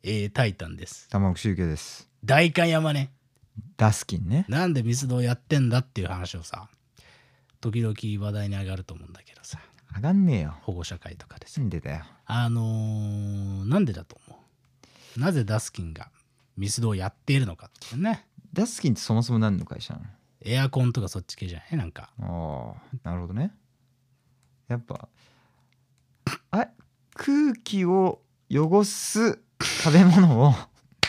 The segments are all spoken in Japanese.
タイタンです。 玉置周家です。 代官山ね。 ダスキンね。 なんでミスドをやってんだっていう話をさ、時々話題に上がると思うんだけどさ。 上がんねえよ。 保護者会とかでさ。 なんでだよ。 なんでだと思う？なぜダスキンがミスドをやっているのかってね。 ダスキンってそもそも何の会社なの？ エアコンとかそっち系じゃない？なんか。 ああ、なるほどね。やっぱ空気を汚す食べ物を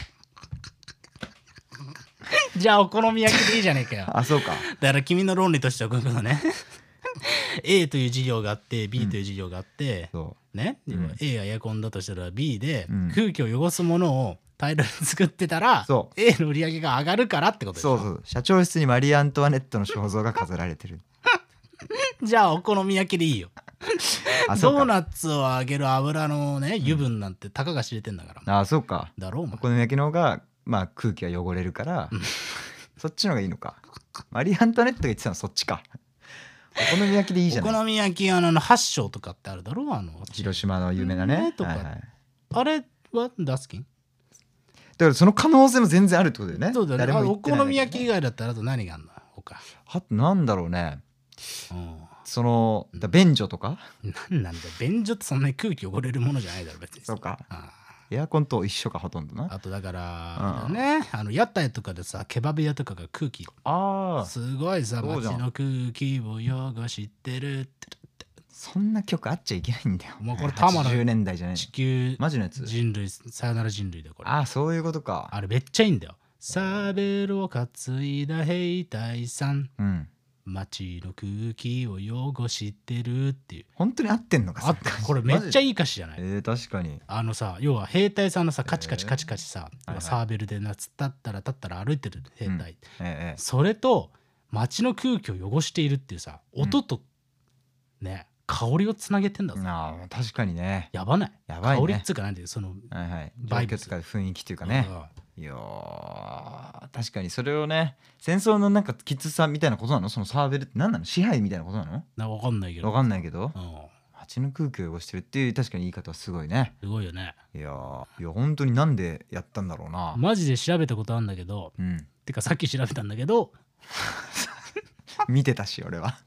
じゃあお好み焼きでいいじゃねえかよ。 あ、そうか。 だから君の論理としてはこういうことね。A という事業があって B という事業があって、ね、A がエアコンだとしたら B で空気を汚すものを大量に作ってたら、A の売り上げが上がるからってことでしょ。 そう社長室にマリー・アントワネットの肖像が飾られてる。 じゃあお好み焼きでいいよ。ドーナツを揚げる油のね油分なんてたかが知れてんだから。 あ、そうか。 だろう。 お好み焼きの方がまあ空気が汚れるからそっちの方がいいのか。マリー・アントワネットが言ってたのそっちか。お好み焼きでいいじゃない。 お好み焼き八丁とかってあるだろう。 広島の有名なね。 あれはダスキン？ だからその可能性も全然あるってことだよね。 そうだね。お好み焼き以外だったらあと何があるの？ あとなんだろうね。その便所とか？ なんだ便所ってそんなに空気汚れるものじゃないだろ別に。 そうか。エアコンと一緒かほとんどな。 あとだからね、屋台とかでさケバブ屋とかが空気すごいさ街の空気を汚してるって。 そんな曲あっちゃいけないんだよ。 もうこれタマの 80年代じゃない地球マジのやつ。 人類さよなら人類だこれ。 ああそういうことか。 あれめっちゃいいんだよ。サベルを担いだ兵隊さん、街の空気を汚してるっていう。 本当に合ってんのか。 これめっちゃいい歌詞じゃない？ 確かに。 さ要は兵隊さんのさカチカチカチカチさ、サーベルでなつったったら立ったら歩いてる兵隊、それと街の空気を汚しているっていうさ音とね香りをつなげてんだぞ。 確かにね。 やばない？ やばいね。 香りっつうかなんでそのバイブとか雰囲気というかね。いや確かにそれをね戦争のなんかきつさみたいなことなの？そのサーベルって何なの？支配みたいなことなの？ 分かんないけど。 街の空気を汚してるっていう確かに言い方はすごいね。 すごいよね。 いや本当になんでやったんだろうな。 マジで調べたことあるんだけど、てかさっき調べたんだけど見てたし俺は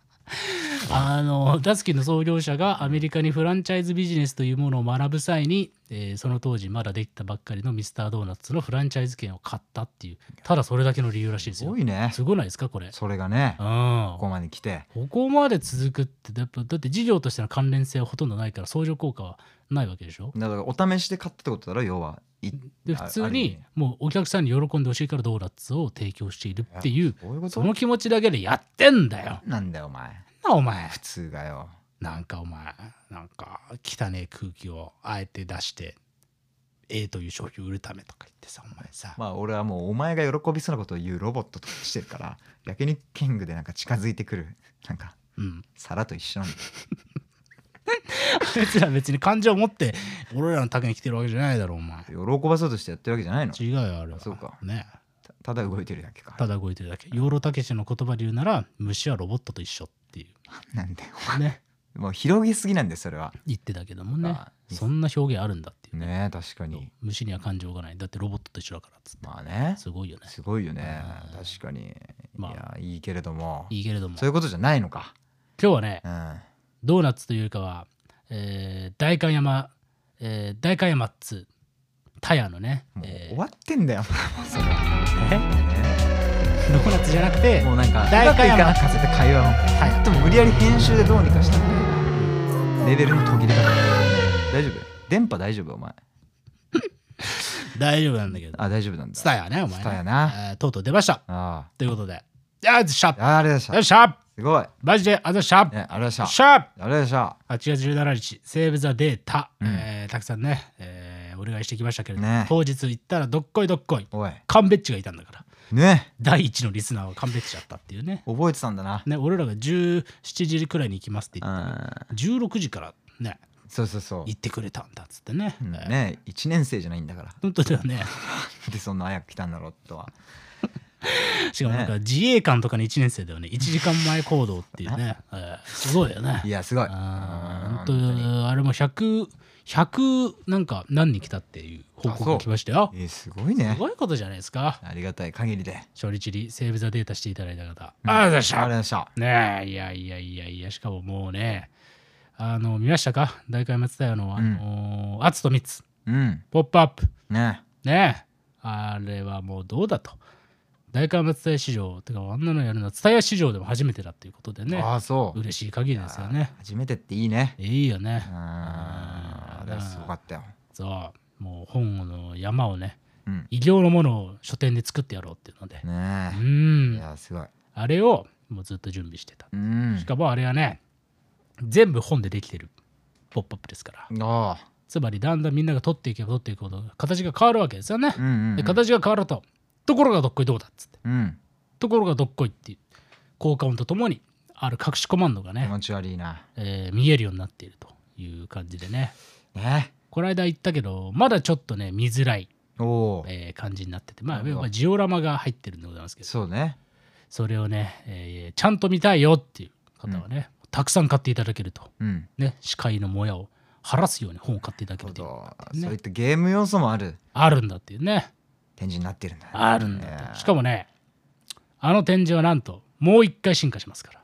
ダスキンの創業者がアメリカにフランチャイズビジネスというものを学ぶ際に、その当時まだできたばっかりのミスタードーナツのフランチャイズ権を買ったっていう、ただそれだけの理由らしいですよ。 すごいね。 すごないですかこれ。 それがね、ここまで来てここまで続くってだって事業としての関連性はほとんどないから相乗効果はないわけでしょ。 だからお試しで買ったってことだろ要は。 で普通にもうお客さんに喜んでほしいからドーナツを提供しているっていうその気持ちだけでやってんだよ。 なんだよお前。 お前普通がよ。 なんかお前なんか汚ねえ空気をあえて出して A という商品を売るためとか言ってさお前さ。 まあ俺はもうお前が喜びそうなことを言うロボットとしてるから焼肉キングでなんか近づいてくるなんか皿と一緒なんだよ。 あいつら別に感情を持って俺らの宅に来てるわけじゃないだろお前。 喜ばそうとしてやってるわけじゃないの？ 違うよあれは。 そうかね。 ただ動いてるだけか。 ただ動いてるだけ。養老たけしの言葉で言うなら虫はロボットと一緒っていう。 なんだよね。 もう広げすぎなんでそれは。 言ってたけどもね。そんな表現あるんだっていうね。確かに。 虫には感情がない。だってロボットと一緒だからっつって。 まあね。 すごいよね。 すごいよね。確かに。いやいいけれども。 いいけれども。 そういうことじゃないのか。 今日はね、ドーナツというかは代官山っつタヤのね。 もう終わってんだよ。それ。 ドーナツじゃなくてもうなんか代官山させた会話をでも無理やり編集でどうにかしたんでレベルの途切れ方。大丈夫？電波大丈夫お前？ 大丈夫なんだけど。 大丈夫なんだ。 スタヤねお前。 スタヤな。 とうとう出ました。ということでシャープ。 ありがとうございました。 よっしゃすごい。 マジであざシャープ。 ありがとうございました。 シャープ。 ありがとうございました。 8月17日セーブ・ザ・データ、たくさんね、お願いしてきましたけれども、当日行ったらどっこいカンベッチがいたんだからね。 第一のリスナーはカンベッチだったっていうね。 覚えてたんだな。 ね、俺らが17時くらいに行きますって言って16時からねそう行ってくれたんだっつってね。 ね1年生じゃないんだから。 本当だよね。 でそんな早く来たんだろうとは。 しかもなんか自衛官とかの1年生だよね。1時間前行動っていうね。すごいよね。 いやすごい。 本当あれも100 100なんか何人来たっていう報告が来ましたよ。 すごいね。 すごいことじゃないですか。 ありがたい限りで。 初日にセーブ・ザ・データしていただいた方、 ありがとうございました。ありがとうございました。 ねえ、いや、しかももうね、見ましたか、大会松田屋のアツとミツ、ポップアップ。ねえ、あれはもうどうだと。大会松田屋市場、てかあんなのやるのは蔦屋市場でも初めてだっていうことでね。嬉しい限りですよね。 初めてっていいね。 いいよね。 あれすごかったよ。 そう、もう本の山をね、異形のものを書店で作ってやろうっていうので。 ねえ。いや、すごい。 あれをもうずっと準備してた。しかもあれはね、全部本でできてるポップアップですから。つまりだんだんみんなが取っていけば取っていくほど形が変わるわけですよね。で形が変わると、ところがどっこいどうだっつって、ところがどっこいっていう効果音とともにある隠しコマンドがね、 気持ち悪いな、 見えるようになっているという感じでね。この間言ったけどまだちょっとね見づらい、感じになってて、まあジオラマが入ってるんでございますけど、 そうね、 それをね、ちゃんと見たいよっていう方はね、たくさん買っていただけると、ね、視界のもやを晴らすように本を買っていただけるという、 そういったゲーム要素もあるんだっていうね、 展示になってるんだ、 あるんだと。しかもね、あの展示はなんともう一回進化しますから、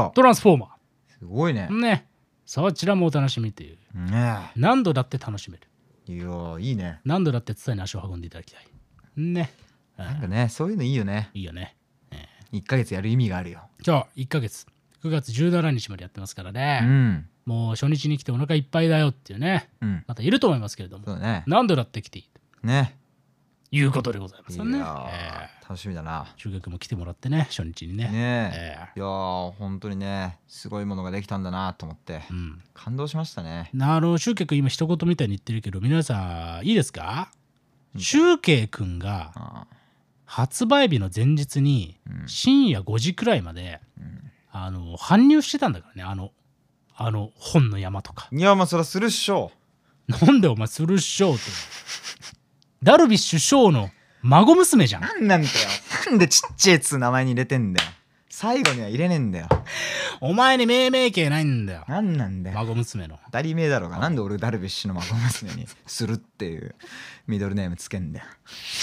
トランスフォーマー、 すごいね、 そちらもお楽しみという、何度だって楽しめる。 いや、いいね。 何度だって伝えに足を運んでいただきたいね。 なんかね、そういうのいいよね。 いいよね。 1ヶ月やる意味があるよ。 じゃあ1ヶ月9月17日までやってますからね、もう初日に来てお腹いっぱいだよっていうね、またいると思いますけれども、何度だって来ていいね、いうことでございますよね。 楽しみだな。 中学も来てもらってね、初日にね。 いや本当にね、すごいものができたんだなと思って、感動しましたね。 シュウケイ君今一言みたいに言ってるけど、皆さんいいですか、シュウケイ君が発売日の前日に深夜5時くらいまで、搬入してたんだからね、あの本の山とか。 いや、まあそれはするっしょ。 なんでお前するっしょってダルビッシュ翔の孫娘じゃん。 なんだよ、なんでちっちゃいつ名前に入れてんだよ。最後には入れねえんだよ。 お前に命名権ないんだよ。 なんだよ、 孫娘の当たり前だろうが。なんで俺ダルビッシュの孫娘にするっていうミドルネームつけんだよ。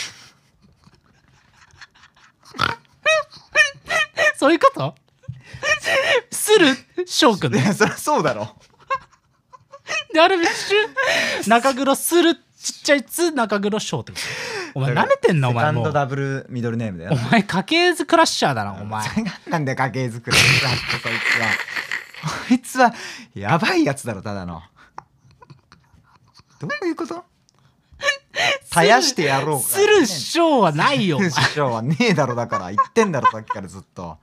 そういうことする翔くん。 いや、そりゃそうだろ。 ダルビッシュ中黒するちっちゃいつ中黒翔ってこと。お前舐めてんな、お前。 セカンドダブルミドルネームだよ。 お前家系図クラッシャーだな、お前。 なんで家系図クラッシャーって。そいつはやばいやつだろ、ただの。どういうこと？絶やしてやろうか。 する翔はないよ。 する翔はねえだろ、だから言ってんだろ、さっきからずっと。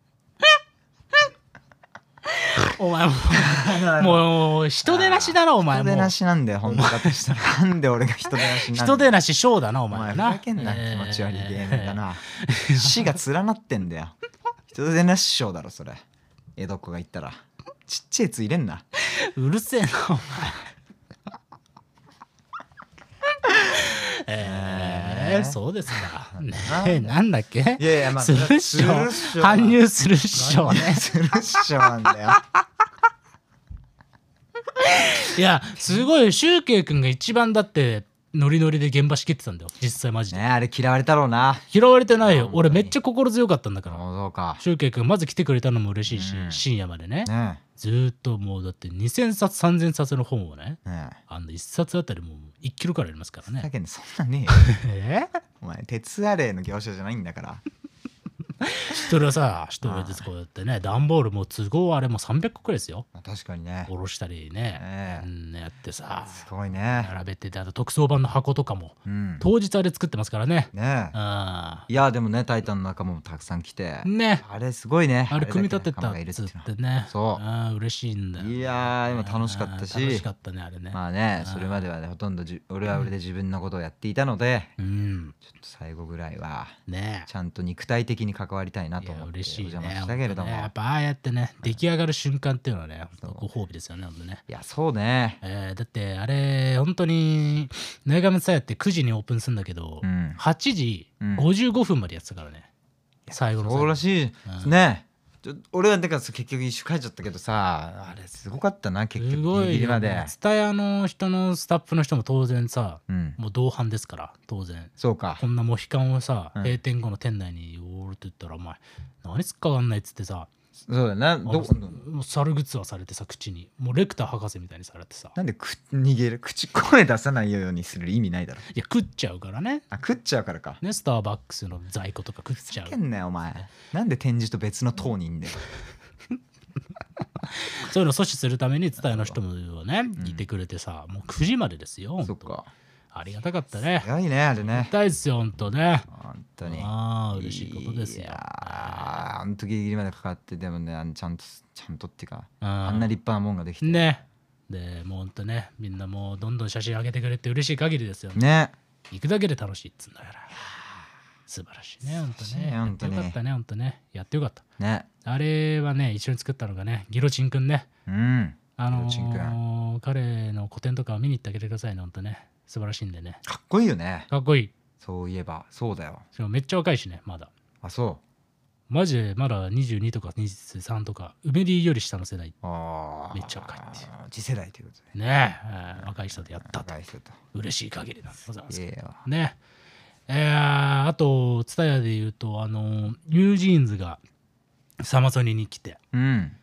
お前もう人手なしだな、お前。 人手なしなんだよ、本当だとしたら。なんで俺が人手なしなんだよ。 人手なし翔だな、お前な。 ふざけんな、気持ち悪いゲームだな。死が連なってんだよ。人手なし翔だろ、それ。江戸っ子が言ったら。ちっちゃいやつ入れんな。 うるせえな、お前。そうですか。なんだっけ？ いやいや、まあ、 するっしょ。搬入するっしょね。 するっしょなんだよ。 いや、すごい、シュウケイ君が一番だってノリノリで現場仕切ってたんだよ、実際マジで。 ね、あれ嫌われたろうな。 嫌われてないよ。俺めっちゃ心強かったんだから。 そうか。 シュウケイ君まず来てくれたのも嬉しいし、深夜までね。ずーっともうだって2000冊3000冊の本をね、1冊あたりもう1キロからありますからね。 だけどそんなねえ。お前鉄アレイの業者じゃないんだから。 それはさ、一人ずつこうやってね、段ボールも都合あれも300個くらいですよ。 確かにね。 下ろしたりね、やってさ、 すごいね。 並べてて、あと特装版の箱とかも当日あれ作ってますからね。 いやでもね、タイタンの仲間もたくさん来てね、 あれすごいね。 あれ組み立てたっつってね。 そう、 嬉しいんだよ。 いや今楽しかったし、 楽しかったね、あれね。 まあね、それまではね、ほとんど俺は俺で自分のことをやっていたので、ちょっと最後ぐらいはちゃんと肉体的に関わりたいなと思ってお邪魔したけれども、 やっぱああやってね、出来上がる瞬間っていうのはね、ご褒美ですよね、ほんとね。 いや、そうね。 だってあれ本当にネガムツァヤって9時にオープンするんだけど、8時55分までやってたからね、最後の最後。 そうらしいね。 俺はだから結局一緒帰っちゃったけどさ、あれすごかったな結す局ギリギリごいよまで。 ツタヤの人のスタッフの人も当然さ、 うんもう同伴ですから当然そうかこんなモヒカンをさ、 うん閉店後の店内におるって言ったらお前何すっかわかんないっつってさ、 そうだよな。 もう猿グッズはされてさ、口にもうレクター博士みたいにされてさ、 なんで逃げる声出さないようにする意味ないだろ。 いや食っちゃうからね。 食っちゃうからか。 ね、スターバックスの在庫とか食っちゃう。 ふざけんなよお前。なんで展示と別の塔にいんだよ。 そういうのを阻止するためにツタヤの人もね、いてくれてさ、もう9時までですよ。 そっか。 ありがたかったね。 すごいねあれね。 痛いですよ、ほんとね。 本当に。 ああ、嬉しいことですよ。 いやーほんとギリギリまでかかって、でもねちゃんとっていうか、 ああんな立派なもんができて。 ね。で、もうほんとね、みんなもうどんどん写真上げてくれて嬉しい限りですよ。 ね。 行くだけで楽しいっつうんだから。素晴らしいね、ほんとね。 ほんとねやってよかったね、ほんとね。やってよかった。 ね。 あれはね、一緒に作ったのがね、ギロチンくんね。 うんギロチンくん彼の個展とかを見に行ってあげてくださいね、ほんとね。素晴らしいんでね。 かっこいいよね。 かっこいい。 そういえばそうだよ。 しかもめっちゃ若いしね、まだ。 あそマジでまだ22とか23とか、梅ディより下の世代。 う。ああめっちゃ若いっていう次世代ということで。 ね若い人でやったと。 若い人と。 嬉しい限りなんでございます。 いやね。あと、ツタヤで言うと、ニュージーンズがサマソニに来て、 うん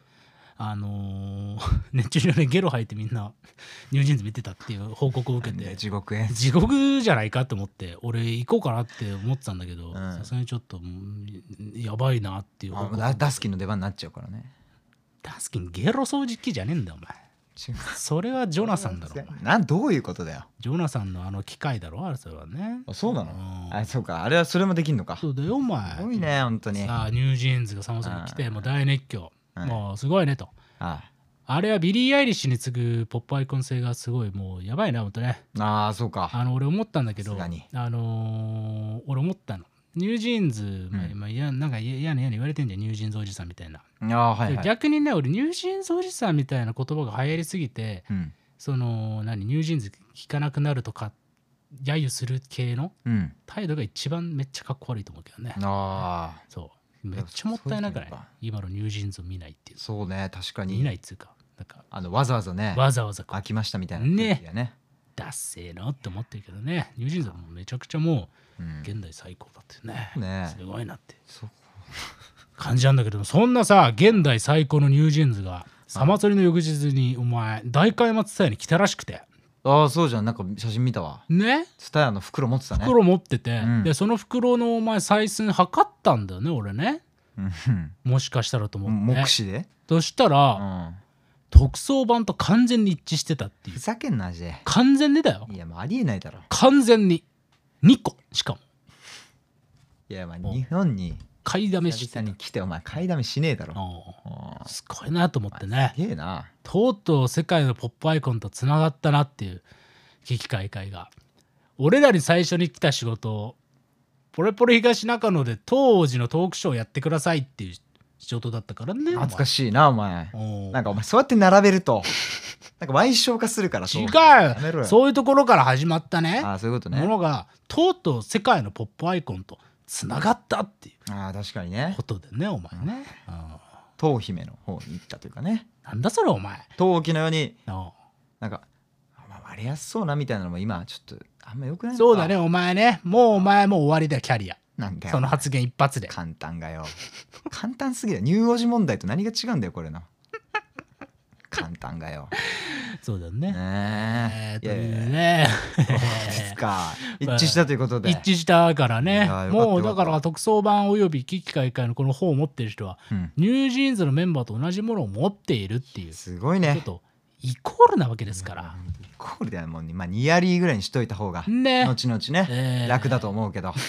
熱中症でゲロ吐いてみんなニュージーンズ見てたっていう報告を受けて、 地獄へ。 地獄じゃないかと思って俺行こうかなって思ってたんだけど、 んさすがにちょっとやばいなっていう報告。 ダスキンの出番になっちゃうからね。 ダスキンゲロ掃除機じゃねえんだよお前。 違うそれはジョナサンだろお前。 どういうことだよ。 ジョナサンの機械だろあれ、それはね。 あそうなの。 うんあそうか、あれはそれもできんのか。すそうだよお前。 ごいね本当に。 さあニュージーンズがサマソニに来てもう大熱狂、 うんもうすごいねと。あれはビリー・アイリッシュに次ぐポップアイコン性がすごいもうやばいなほんとね。 ああそうか。 俺思ったんだけど、 さすがに俺思ったの。ニュージーンズ、なんか嫌な言われてんじゃん、ニュージーンズおじさんみたいな。 ああはいはい。 逆にね、俺ニュージーンズおじさんみたいな言葉が流行りすぎて、 うんニュージーンズ聞かなくなるとか揶揄する系のうん。 態度が一番めっちゃかっこ悪いと思うけどね。 ああそうめっちゃもったいなくないそういうことか今のニュージーンズを見ないっていう。 そうね確かに。 見ないっつうか、なんかわざわざねわざわざこう飽きましたみたいな空気がね。 ダッセーのって思ってるけどね、ニュージーンズはもうめちゃくちゃもううん現代最高だってね、 ねすごいなってそう感じなんだけど、そんなさ現代最高のニュージーンズがサマソリの翌日にお前大開松ツタヤに来たらしくてああそうじゃん、なんか写真見たわ。 ね、 ツタヤの袋持ってたね。 袋持ってて、 うんでその袋のお前採寸測ったんだよね俺ね、 うんもしかしたらと思って目視で。 そしたうら、 ん。 特装版と完全に一致してたっていう。 ふざけんなマジで。 完全にだよ、 いやもうありえないだろ。 完全に2個しかもいやまあ日本に買いだめして久々に来てお前買いだめしねえだろ。 うんすごいなと思ってね、 すげえな。 とうとう世界のポップアイコンとつながったなっていう危機開会が。俺らに最初に来た仕事をポレポレ東中野で当時のトークショーをやってくださいっていう仕事だったからね。 懐かしいなお前。 いなんかお前そうやって並べるとなんか賠償化するから。 違やめろよ。 う、そういうところから始まったねああそういうことね。 ものがとうとう世界のポップアイコンとつながったっていうああ確かにねこ。とでねお前ね、うん陶姫の方に行ったというかね。 なんだそれお前。 陶器のようにうんなんか割れやすそうなみたいなのも今ちょっとあんまよくないのか。 そうだねお前ね、もうお前もう終わりだよキャリア。 なんだよその発言一発で。 簡単がよ。簡単すぎる。乳幼児問題と何が違うんだよこれの。簡単がよ。 そうだね。 ねえ。 というね。 ですか。一致したということで。 一致したからね。 いやよかったもうよかっただから特装版および危機開会のこの本を持ってる人は、 うんニュージーンズのメンバーと同じものを持っているっていうすごいね。 ことイコールなわけですから。 イコールだよもう、まあ、ニアリーぐらいにしといた方がね。 後々ね、楽だと思うけど。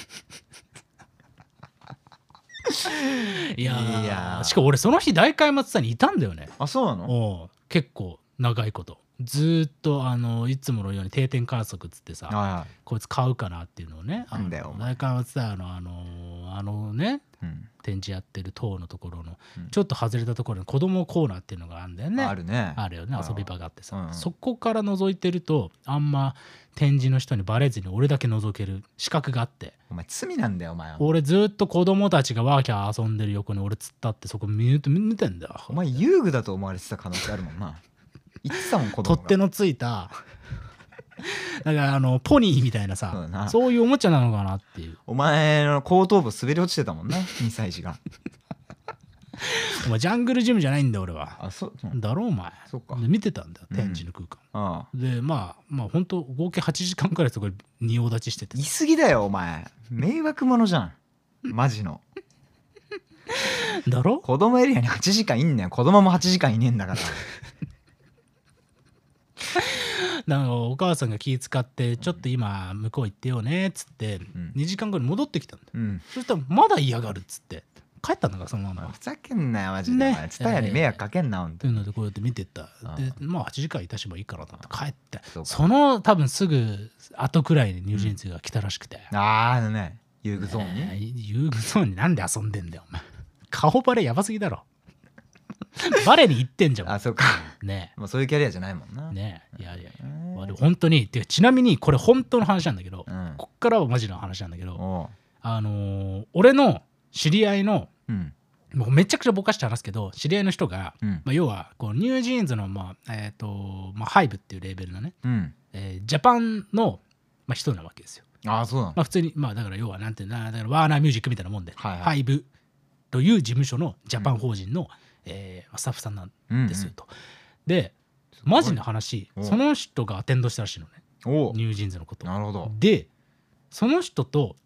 いやいやしかも俺その日大開松さんにいたんだよね。 あそうなの。 おう結構長いことずーっといつものように定点観測っつってさ、 はこいつ買うかなっていうのをね、 なんだよお前大開松さんね、 うん展示やってる塔のところのうんちょっと外れたところに子供コーナーっていうのがあるんだよね。 あるね。 あるよね、 うん遊び場があってさ、 うんそこから覗いてるとあんま展示の人にバレずに俺だけ覗ける資格があって、 お前罪なんだよお前は。 俺ずっと子供たちがワーキャー遊んでる横に俺突っ立ってそこ見てんだよ。 お前遊具だと思われてた可能性あるもんな。言ってたもん子供が。 取っ手のついただからポニーみたいなそうださなそういうおもちゃなのかなっていう。 お前の後頭部滑り落ちてたもんな2歳児が。 お前ジャングルジムじゃないんだよ俺は。 あそうだろお前。 そうか。 で見てたんだよ展示の空間、 ああでまあ本当合計8時間くらいそこで仁王立ちしてて言い過ぎだよお前。迷惑者じゃんマジの。 だろ。 子供エリアに8時間いんねん。子供も8時間いねえんだから。 なんかお母さんが気遣ってちょっと今向こう行ってよねっつってうん 2時間後に戻ってきたんだよ。 うん。 そしたらまだ嫌がるっつって帰ったんだからそのまま。 ふざけんなよマジで。 ねお前ツタヤに迷惑かけんなほんとっていうのでこうやって見てた。 あでまあ8時間いたしばいいかなと思って帰ってそうかその多分すぐ後くらいにニュージーンズが来たらしくて、 あのね遊具ゾーンに。 遊具ゾーンになんで遊んでんだよお前。顔バレやばすぎだろ。バレに行ってんじゃんあそうか。 ねもうそういうキャリアじゃないもんな。 えねえいやまあでも本当にちなみにこれ本当の話なんだけど、 うんこっからはマジの話なんだけど、 おう俺の知り合いのうんもうめちゃくちゃぼかして話すけど知り合いの人が、 うんまあ、要はこうニュージーンズの、ハイブっていうレーベルのね、 うん。 ジャパンの、人なわけですよ。 ああそうなの。 まあ、普通にだから要はなんていうのだからワーナーミュージックみたいなもんで、 はいはいハイブという事務所のジャパン法人の、スタッフさんなんですよと。でマジな話おその人がアテンドしたらしいのねおうニュージーンズのこと。 なるほど。 でその人と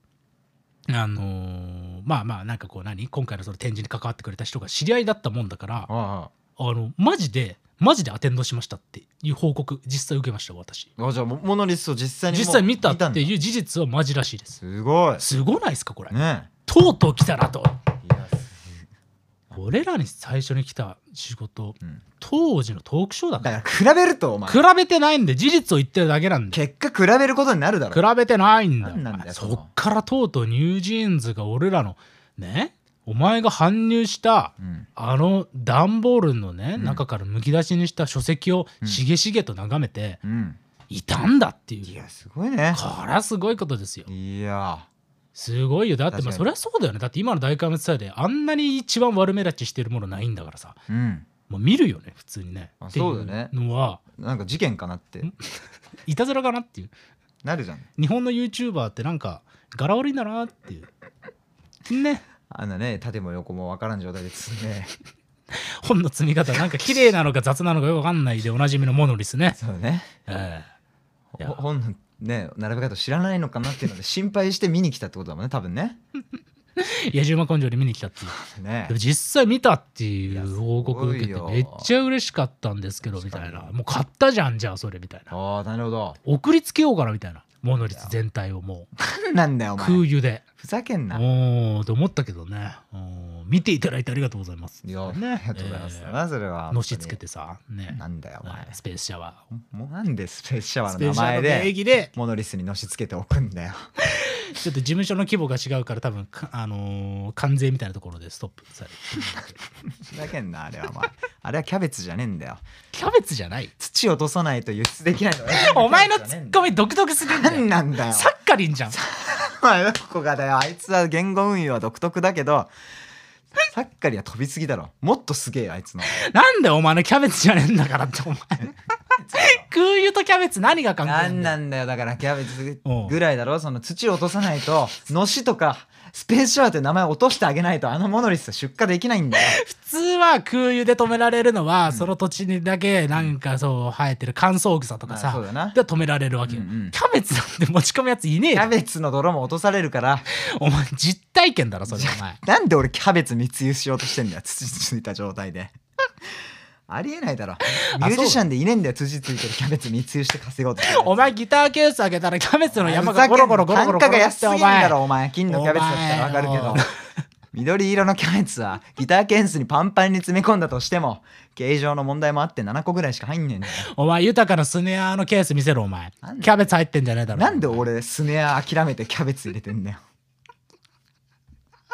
なんかこう今回のその展示に関わってくれた人が知り合いだったもんだからあマジでアテンドしましたっていう報告実際受けました私。 あじゃあモノリスを実際にもう実際見たってんだいう事実はマジらしいです。 すごいすごないですかこれ、 ねとうとう来たなと。 いや俺らに最初に来た仕事、 うん当時のトークショーだからだから比べるとお前比べてないんで事実を言ってるだけなんで結果比べることになるだろ。 比べてないんだよ。 なんなんだよそっからとうとうニュージーンズが俺らのねお前が搬入したうん段ボールのね、 うん中からむき出しにした書籍をしげしげと眺めてうんいたんだっていう、 いやすごいね。 これはすごいことですよ。 いやすごいよ。だって確かにそれはそうだよね。だって今の大会のツアーであんなに一番悪目立ちしてるものないんだからさ、 うんもう見るよね普通にね。 あっていそうだねのはなんか事件かなっていたずらかなっていう。 なるじゃん。 日本の YouTuber ってなんか柄悪いんだなっていうね。 あんなね縦も横も分からん状態で積んで本の積み方なんか綺麗なのか雑なのかよくわかんないでおなじみのモノリスね。 そうねいや本のね並べ方知らないのかなっていうので心配して見に来たってことだもんね多分ね。 野獣馬根性に見に来たっていう。 ねでも実際見たっていいやう報告受けてすごいよめっちゃ嬉しかったんですけどみたいな。もう買ったじゃんじゃあそれみたいな。 ああなるほど。 送りつけようかなみたいな。モノリス全体をもうなんだよお前空輸で。 ふざけんな。 おーと思ったけどね。見ていただいてありがとうございます。 いやねありがとうございます。なそれはのしつけてさね。 なんだよお前スペースシャワもうなんでスペースシャワー。スーの名前ペースシャワーの名で義でモノリスにのしつけておくんだよ。 ちょっと事務所の規模が違うから多分関税みたいなところでストップされる。 ふざけんなあれはお前あれはキャベツじゃねえんだよ。 キャベツじゃない。 土落とさないと輸出できないのお前のツッコミ独特すぎるんだよ。 なんなんだよ。 サッカリンじゃん。 お前どこがだよ。あいつは言語運用は独特だけどサッカリは飛びすぎだろ。もっとすげえよあいつの。 なんでお前のキャベツじゃねえんだからってお前。空輸とキャベツ何が関係あなんるんだよ。 なんだよだからキャベツぐらいだろ。その土を落とさないとのしとかスペースシャワーという名前を落としてあげないとあのモノリスは出荷できないんだよ。 普通は空輸で止められるのは、その土地にだけなんかそう生えてる乾燥草とかさ、 そうだな。 で止められるわけよ、 うんうんキャベツなんて持ち込むやついねえよ。 キャベツの泥も落とされるからお前実体験だろそれお前。 なんで俺キャベツ密輸しようとしてんだよ土ついた状態で。ありえないだろ。ミュージシャンでいねえんだよ土ついてるキャベツ密輸して稼ごうとしてるやつ。 お前ギターケース開けたらキャベツの山がゴロゴロゴロゴロ単価が安転がってお前すぎんだろお前。金のキャベツだったらわかるけどお前緑色のキャベツはギターケースにパンパンに詰め込んだとしても形状の問題もあって7個ぐらいしか入んねえんだよ。 お前豊かなスネアのケース見せろお前。 なんでキャベツ入ってんじゃねえだろ。 なんで俺スネア諦めてキャベツ入れてんだよ。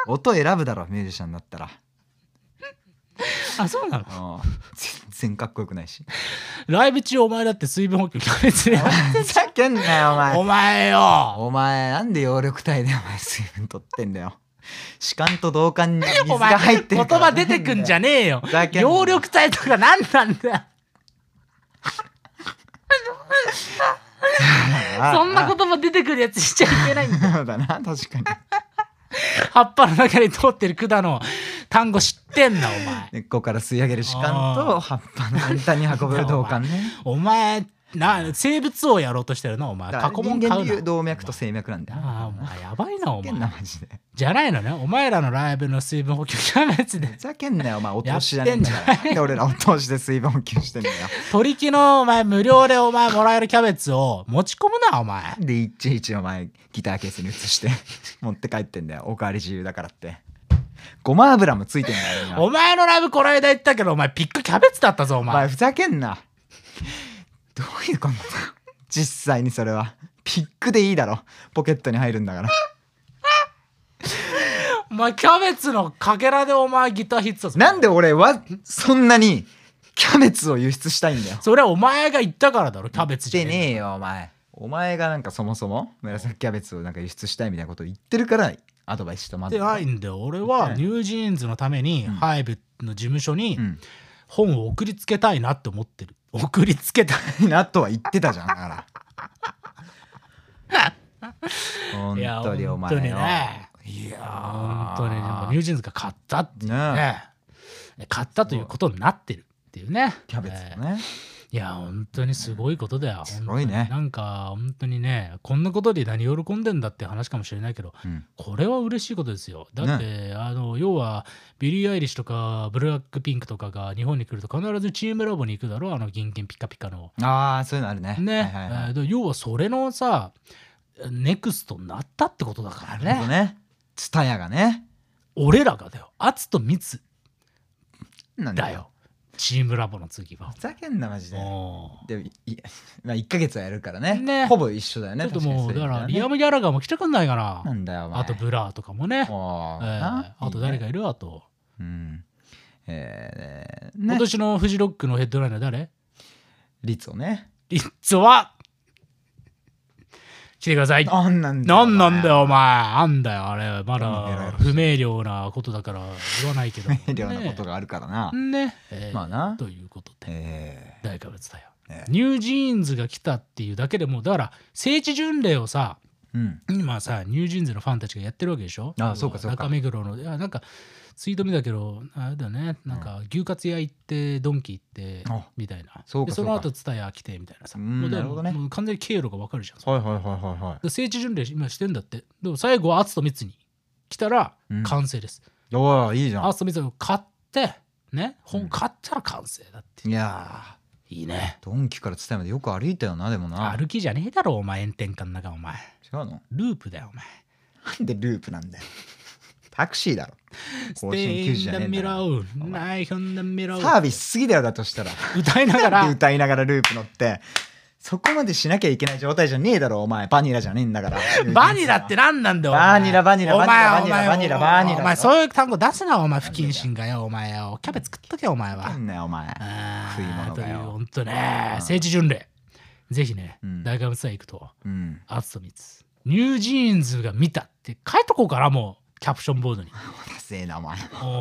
音選ぶだろミュージシャンだったら。 あ、そうなの？ 全然かっこよくないし。 ライブ中お前だって水分補給キャベツでふざけんなよお前。 お前よ、 お前なんで葉緑体でお前水分取ってんだよ。歯間と導管に水お前が入ってる言葉出てくんじゃねえよ。 ふざけんな葉緑体とか何なんだよ。そんな言葉出てくるやつしちゃいけないんだよ。 そうだな、確かに。 葉っぱの中に通ってる管の単語知ってんなお前。 根っこから吸い上げる歯間と葉っぱの先端に運ぶ導管ね。 お前生物をやろうとしてるのお前。過去問人間買うな。 でいう動脈と静脈なんだよ。 ああお前やばいなお前。 ふざけんなマジで。 じゃないのね。お前らのライブの水分補給キャベツでふざけんなよお前。お通しじゃねえんだから。なんで俺らお通しで水分補給してんだよ。 取り木のお前無料でお前もらえるキャベツを持ち込むなお前。 でいちいちお前ギターケースに移して持って帰ってんだよ。おかわり自由だからって。ごま油もついてんだよ今。 お前のライブこの間言ったけどお前ピックキャベツだったぞお前。 お前ふざけんな。どういうことだ。実際にそれはピックでいいだろ。ポケットに入るんだから。 お前キャベツのかけらでお前ギター弾いてたぞ。 なんで俺はそんなにキャベツを輸出したいんだよ。 それはお前が言ったからだろ。キャベツじゃ言ってねえよお前。お前がなんかそもそも紫キャベツをなんか輸出したいみたいなことを言ってるからアドバイスしたまってないんだよ。俺はニュージーンズのためにハイブの事務所に本を送りつけたいなって思ってる。送りつけたいなとは言ってたじゃんだから本当にお前よ。 いや本当にニュージーンズが勝ったっていうね、勝ったということになってるっていうね。 キャベツのね。 いや本当にすごいことだよ。 すごいね。 なんか本当にね、こんなことで何喜んでんだって話かもしれないけど、これは嬉しいことですよ。だって、要はビリー・アイリッシュとかブラックピンクとかが日本に来ると必ずチームラボに行くだろ。銀券ピカピカの。 ああそういうのあるね。 要はそれのさネクストになったってことだからね。 なるほどね。ツタヤがね。 俺らがだよ。アツとミツなんだよ。チームラボの次は。 ふざけんなマジで。でもまあ1ヶ月はやるからね。 ね、 ほぼ一緒だよね。 ちょっともうだからリアム・ギャラガーも来てくんないかな。 なんだよお前。 あとブラーとかもね。あと誰かいる？あと。今年のフジロックのヘッドライナー誰？ リツオね。 リツオは来てください。なんなんだよお前。あんだよあれまだ不明瞭なことだから言わないけど。 不明瞭なことがあるからな。 ね。 まあな。 ということで大可別だよ。ニュージーンズが来たっていうだけでもだから聖地巡礼をさ、今さニュージーンズのファンたちがやってるわけでしょ。 あ、そうかそうか。 中目黒のなんかツイート見たけどあれだよね。なんか牛カツ屋行ってドンキ行ってみたいな。でその後ツタヤ来てみたいなさ。もう完全に経路がわかるじゃん。 はいはいはいはい。 聖地巡礼今してんだって。でも最後はアツとミツに来たら完成です。 おおいいじゃん。 アツとミツを買ってね、本買ったら完成だって。 いやいいね。 ドンキからツタヤまでよく歩いたよな。でもな歩きじゃねえだろお前。炎天下の中お前。 違うの？ ループだよお前。 なんでループなんだよ。タクシーだろ。 更新休止じゃねえんだよ。 サービスすぎだよだとしたら。 歌いながら歌いながらループ乗ってそこまでしなきゃいけない状態じゃねえだろお前。バニラじゃねえんだから。 バニラって何なんだよ。 バニラバニラバニラバニラバニラバニラ。 お前そういう単語出すなお前。不謹慎がよお前よ。キャベツ食っとけお前は。 なんだよお前。食い物がよ。 ほんとね。聖地巡礼ぜひね大学さん行くとアツとミツニュージーンズが見たって書いとこうからもうキャプションボードに。 ダセえなお前。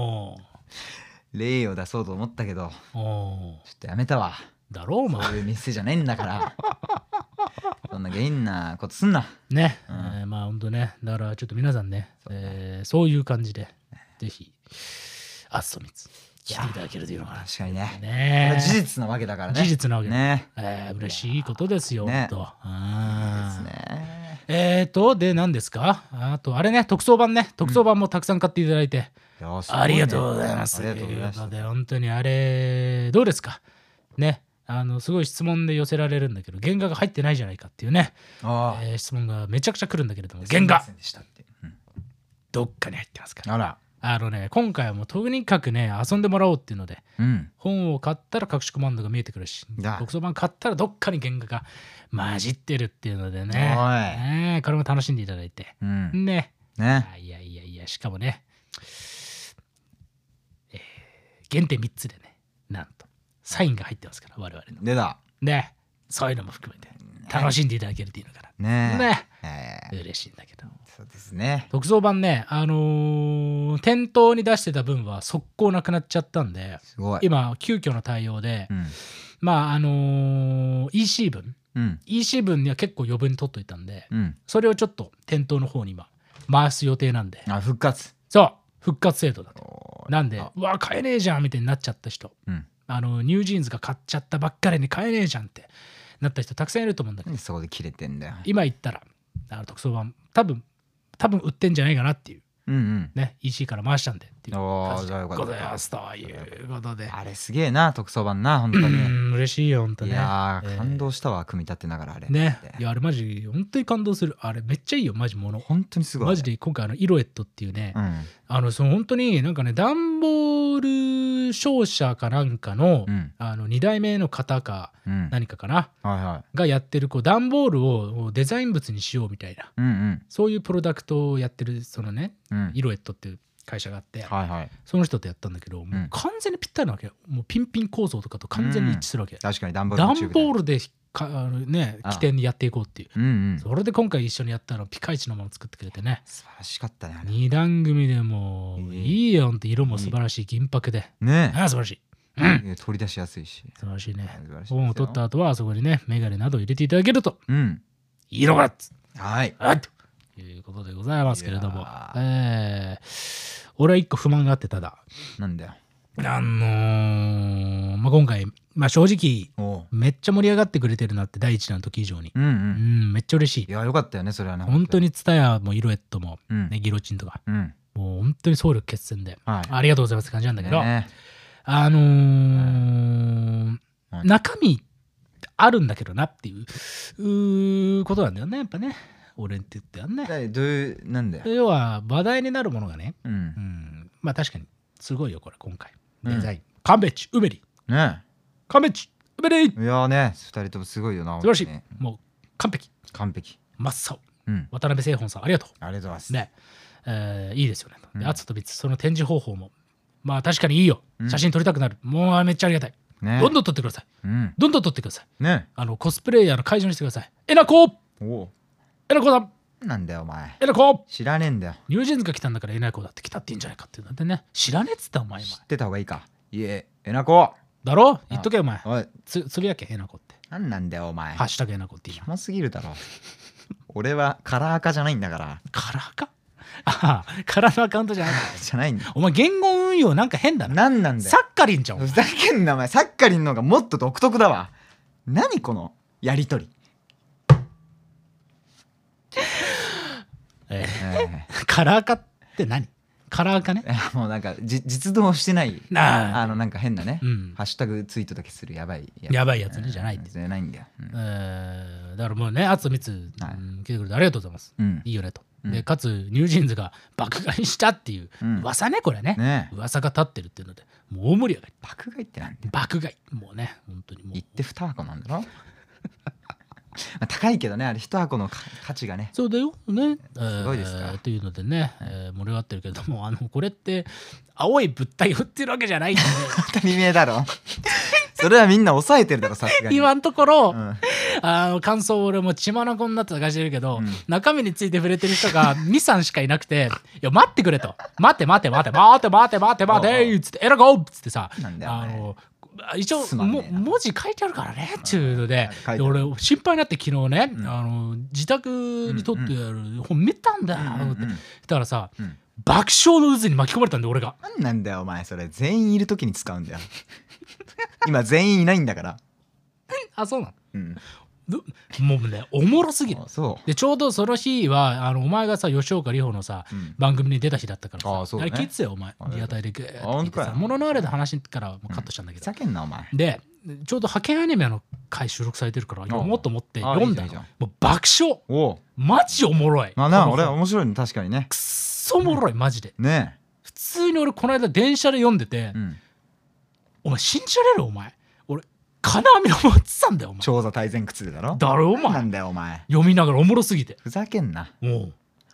例を出そうと思ったけどちょっとやめたわ。 だろうお前。 そういう店じゃねえんだから。そんな下品なことすんなね。まあほんとね。だからちょっと皆さんねそういう感じでぜひアツとミツ来ていただけるというのが確かにね。事実なわけだからね。 事実なわけね。 嬉しいことですよ。 ね。 と。 ですね。 で何ですか。あとあれね特装版ね。特装版もたくさん買っていただいてありがとうございます。 ありがとうございます。 本当にあれどうですかね。すごい質問で寄せられるんだけど原画が入ってないじゃないかっていうね質問がめちゃくちゃ来るんだけれども、原画どっかに入ってますから。 あら今回はもうとにかくね遊んでもらおうっていうので、本を買ったら隠しコマンドが見えてくるし特装版買ったらどっかに原画が混じってるっていうのでねこれも楽しんでいただいてね。いやしかもね限定3つでね、なんとサインが入ってますから我々の。 出た。 ね、そういうのも含めて楽しんでいただけるといいのかな。 ね嬉しいんだけど。 そうですね。 特装版ね、店頭に出してた分は速攻なくなっちゃったんで、 すごい。 今急遽の対応で、まあEC 分、EC 分には結構余分に取っといたんで、それをちょっと店頭の方に今回す予定なんで。 あ、復活。 そう、復活制度だと。なんで、うわ買えねえじゃんみたいになっちゃった人、ニュージーンズが買っちゃったばっかりに買えねえじゃんってなった人たくさんいると思うんだけど、 そこで切れてんだよ。 今言ったら特装版多分売ってんじゃないかなっていう、ね、EC から回したんでっていう感じでございますということで、 あれすげえな、特装版な、本当に。 嬉しいよ本当ね。 いや感動したわ、組み立てながらあれね。いやあれマジ本当に感動する。あれめっちゃいいよマジもの。 本当にすごい。 マジで今回イロエットっていうね、その本当になんかね、段ボール商社かなんかの、2代目の方か何かかな、がやってるこう段ボールをデザイン物にしようみたいな、そういうプロダクトをやってるそのね、イロエットっていう会社があって、その人とやったんだけど、もう完全にぴったりなわけよ。もうピンピン構造とかと完全に一致するわけ。 確かに段ボールで起点にやっていこうっていう、それで今回一緒にやったのピカイチのまま作ってくれてね、 素晴らしかったね。 2段組でもいいよって、色も素晴らしい銀箔でね、素晴らしい。 取り出しやすいし素晴らしいね。本を取った後はそこにねメガネなど入れていただけるといいのかなということでございますけれども、俺は一個不満があって、ただなんだよ。 今回、正直めっちゃ盛り上がってくれてるなって、第一弾の時以上にめっちゃ嬉しい。 いやよかったよね、それはね。 本当にツタヤもイロエットもギロチンとか、もう本当に総力決戦でありがとうございますって感じなんだけど、中身あるんだけどなっていうことなんだよね、やっぱね。俺って言ってやんね。 どういうなんだよ。 要は話題になるものがね、まあ確かにすごいよこれ今回デザイン、カンベッチウメリね、カンベッチウメリ、 いやね、2人ともすごいよな。 素晴らしい、もう完璧完璧。 真っ青、渡辺製本さんありがとう。 ありがとうございますね。いいですよね。で厚と別、その展示方法もまあ確かにいいよ。写真撮りたくなる。もうめっちゃありがたい。どんどん撮ってください。どんどん撮ってください。ね。コスプレイヤーの会場にしてください。えなこ。えなこさん。 なんだよお前。 えなこ。知らねえんだよ。 ニュージーンズが来たんだからえなこだって来たっていいんじゃないかっていうのでね。知らねえっつったお前。 知ってた方がいいか。いえ、えなこ。 だろ？言っとけお前。つぶやけえなこって。 なんだよお前。 ハッシュタグえなこっていいな。 キモすぎるだろ。俺はカラー赤じゃないんだから。 カラー赤？ああ、カラーのアカウントじゃないじゃないんだ。 お前言語運用なんか変だな。 なんなんだよ。 サッカリンじゃん。 ふざけんなお前。サッカリンの方がもっと独特だわ。何このやりとり。 カラー化って何？カラー化ね。 もうなんか実動してないなんか変なね、ハッシュタグツイートだけするやばいやつねじゃないって。 じゃないんだよ。 だからもうね、厚と密来てくれてありがとうございます。いいよねと。でかつニュージーンズが爆買いしたっていう噂ね、これね、噂が立ってるっていうのでもう大盛り上がり。 爆買いってなんだよ。 爆買いもうね、本当にもう言って2箱なんだろ。高いけどね、あれ1箱の価値がね。 そうだよね。 すごいですか。 というのでね、盛り上がってるけれども、これって青い物体を売ってるわけじゃないんで当たり前だろ。それはみんな抑えてるだろ、さすがに。 今のところ、感想俺も血まなこになって探してるけど、中身について触れてる人が2、3しかいなくて、いや待ってくれと、待てっつってエラゴーっつってさ、一応文字書いてあるからねっていうので、俺心配になって昨日ね、自宅に撮ってある本見たんだよって言ったらさ、爆笑の渦に巻き込まれたんで俺が。 なんだよお前、それ全員いる時に使うんだよ。今全員いないんだから。 あ、そうなの。もうね、おもろすぎる。でちょうどその日はお前がさ、吉岡里帆のさ、番組に出た日だったからさ、あれ聞いてたよお前。リアタイでグーって聞いてさ、モノノアレの話からカットしたんだけど、 ふざけんなお前。 でちょうど派遣アニメの回収録されてるから読もうと思って読んだの。もう爆笑。マジおもろい。 まあな、俺は面白いの確かにね。 くっそおもろいマジで。 ね。 普通に俺この間電車で読んでて、お前信じられる？お前俺金網の持ってたんだよお前。 長座大前屈でだろ。 だろお前。 なんだよお前。 読みながらおもろすぎて。 ふざけんな。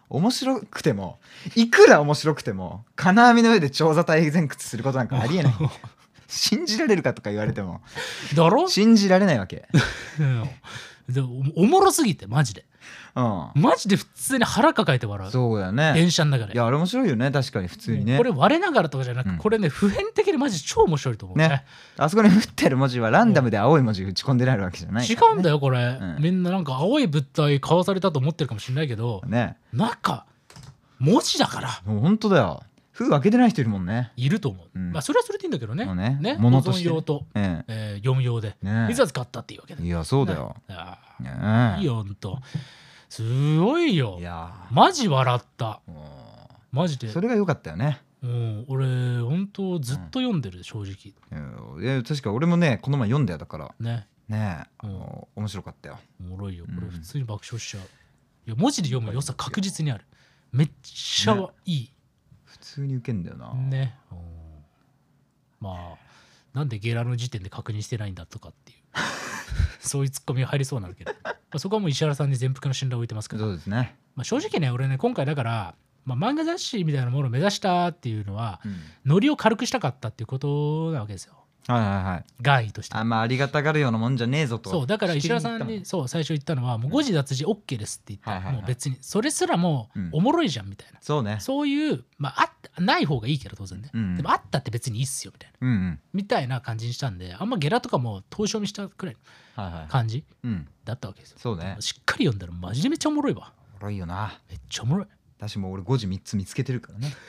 面白くてもいくら面白くても金網の上で長座体前屈することなんかありえない信じられるかとか言われてもだろ信じられないわけでおもろすぎてマジで、マジで普通に腹抱えて笑う。 そうだね。 電車の中で。 いやあれ面白いよね、確かに普通にね。 これ割れながらとかじゃなく、これね普遍的にマジ超面白いと思うね。 あそこに打ってる文字はランダムで青い文字打ち込んでないわけじゃないから、ね、違うんだよこれ、みんななんか青い物体かわされたと思ってるかもしれないけど、中文字だから。 もう本当だよ。封開けてない人いるもんね。 いると思う。まあそれはそれでいいんだけどね。 物として保存用と読む用でいざ使ったっていうわけだ。 いやそうだよ。 いいよほんと。すごいよ。マジ笑った。マジで。 それが良かったよね。 俺本当ずっと読んでる正直。 いや確か俺もねこの前読んだよだから。 ね面白かったよ。 おもろいよこれ普通に爆笑しちゃう。いや文字で読む良さ確実にある。めっちゃいい。 普通にウケんだよな。 ね。まあなんでゲラの時点で確認してないんだとかっていうそういうツッコミが入りそうなんだけど、そこはもう石原さんに全幅の信頼を置いてますから。 そうですね。 正直ね俺ね今回だから、漫画雑誌みたいなものを目指したっていうのは、ノリを軽くしたかったっていうことなわけですよ。願意として。 ありがたがるようなもんじゃねえぞと。 そうだから石原さんに最初言ったのはもう誤字脱字 OK ですって言って、もう別にそれすらもうおもろいじゃんみたいな。そういうない方がいいけど当然ね、でもあったって別にいいっすよみたいな、みたいな感じにしたんで、あんまゲラとかも投書見したくらいの感じだったわけですよ。 そうね。 しっかり読んだらマジでめっちゃおもろいわ。 おもろいよな。 めっちゃおもろい。 私も俺5時3つ見つけてるからね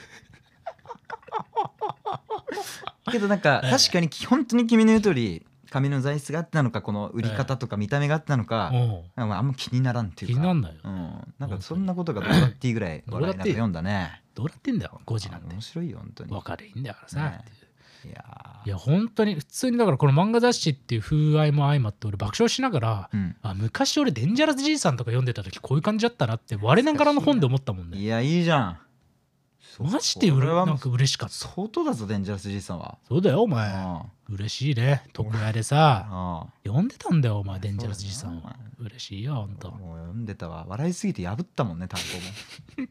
けどなんか確かに本当に君の言う通り紙の材質があったのかこの売り方とか見た目があったのか、あんま気にならんっていうか。 気になんないよ。 なんかそんなことがどうだっていいぐらい笑いながら読んだね。 どうなってんだよ5時なんて。 面白いよ本当に。 分かれいいんだからさ。いや本当に普通にだからこの漫画雑誌っていう風合いも相まって俺爆笑しながら、昔俺デンジャラス爺さんとか読んでた時こういう感じだったなって我ながらの本で思ったもんね。 いやいいじゃん。 マジでなんか嬉しかった。 相当だぞデンジャラス爺さんは。 そうだよお前。嬉しいね。床屋でさ読んでたんだよお前デンジャラス爺さんは。嬉しいよほんと。 もう読んでたわ。笑いすぎて破ったもんね単行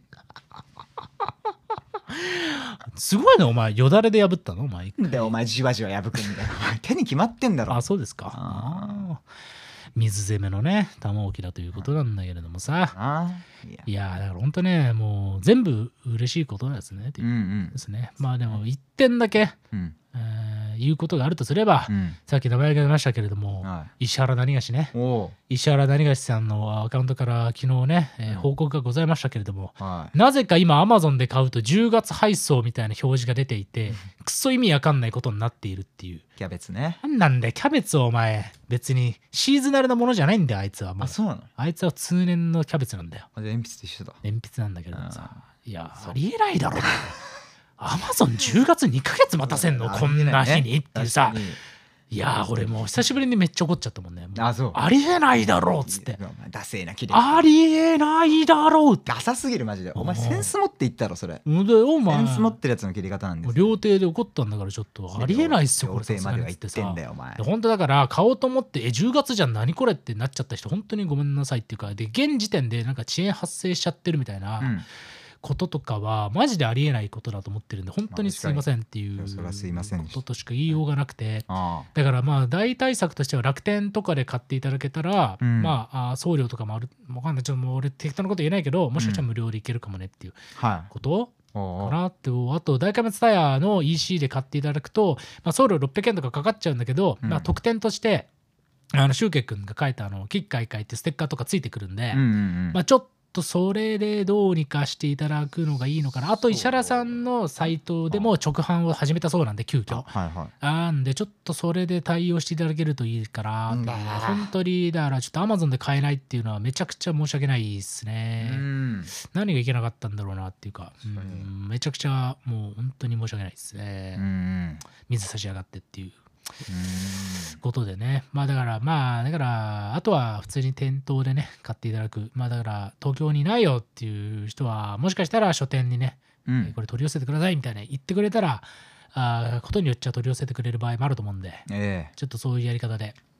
本すごいねお前よだれで破ったのお前。 でお前じわじわ破くんだよ手に決まってんだろ。 あそうですか。水攻めのね玉置だということなんだけれどもさ、いやだからほんとねもう全部嬉しいことですねっていうですね。まあでも一点だけ言うことがあるとすれば、さっき名前が出ましたけれども、石原何がしね、石原何がしさんのアカウントから昨日ね、報告がございましたけれども、なぜか今 Amazon で買うと10月配送みたいな表示が出ていて、くっそ意味わかんないことになっているっていう。 キャベツね。 なんだよキャベツをお前別にシーズナルなものじゃないんだよあいつは。もうそうなの。 あいつは通年のキャベツなんだよ。 鉛筆と一緒だ。 鉛筆なんだけどさ、いやありえないだろアマゾン10月2ヶ月待たせんのこんな日にってさ。いや俺もう久しぶりにめっちゃ怒っちゃったもんね。ありえないだろうっつって。 ダセーなきれい。 ありえないだろうって。 ダサすぎるマジで。お前センス持って言ったろそれ。 お前センス持ってるやつの切り方なんです。 料亭で怒ったんだからちょっとありえないっすよこれ。 料亭までは言ってんだよお前。 本当だから買おうと思って10月じゃん何これってなっちゃった人本当にごめんなさいっていうか、で現時点でなんか遅延発生しちゃってるみたいな。こととかはマジでありえないことだと思ってるんで本当にすいませんっていうこととしか言いようがなくて、だからまあ大対策としては楽天とかで買っていただけたら、送料とかもあるわかんない。ちょっともう俺適当なこと言えないけどもしかしたら無料でいけるかもねっていうことかなって。あと大貨物タイヤの EC で買っていただくと、送料600円とかかかっちゃうんだけど、特典としてシュウケイ君が書いたキッカイカイってステッカーとかついてくるんで、ちょっとそれでどうにかしていただくのがいいのかな。あと石原さんのサイトでも直販を始めたそうなんで急遽なんでちょっとそれで対応していただけるといいから本当にだからちょっと Amazon で買えないっていうのはめちゃくちゃ申し訳ないですね。何がいけなかったんだろうなっていうか、めちゃくちゃもう本当に申し訳ないですね。水差し上がってっていうことでね。だからあとは普通に店頭でね買っていただく。だから東京にないよっていう人はもしかしたら書店にね、これ取り寄せてくださいみたいな言ってくれたらことによっちゃ取り寄せてくれる場合もあると思うんで、ちょっとそういうやり方で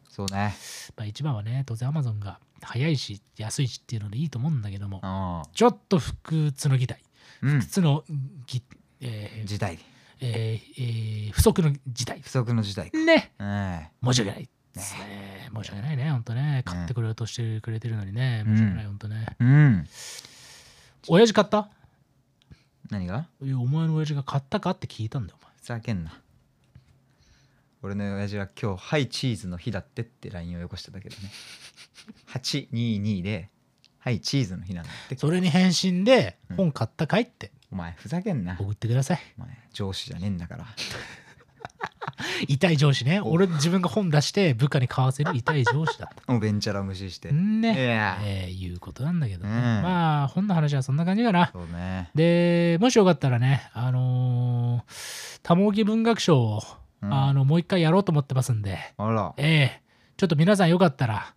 そうね。 まあ、一番はね当然アマゾンが早いし安いしっていうのでいいと思うんだけども、 あちょっと不屈の議題、不屈の時代。 不足の時代不足の時代か。 ね。申し訳ないですね。申し訳ないね、ほんとね。買ってくれようとしてくれてるのにね。申し訳ない、ほんとね。親父買った？ 何が？ お前の親父が買ったかって聞いたんだよ、お前。 ふざけんな。俺の親父は今日、はいチーズの日だってって LINE をよこしただけどね。822で、はいチーズの日なんだって。 それに返信で、本買ったかいって。 お前、ふざけんな。 送ってください。 お前、上司じゃねえんだから。 痛い上司ね。俺自分が本出して部下に買わせる痛い上司だった。 もうベンチャラ無視して。 ね。いうことなんだけどね。まあ、本の話はそんな感じかな。 そうね。 で、もしよかったらね、多目木文学賞を、もう一回やろうと思ってますんで、 あら。 ちょっと皆さんよかったら、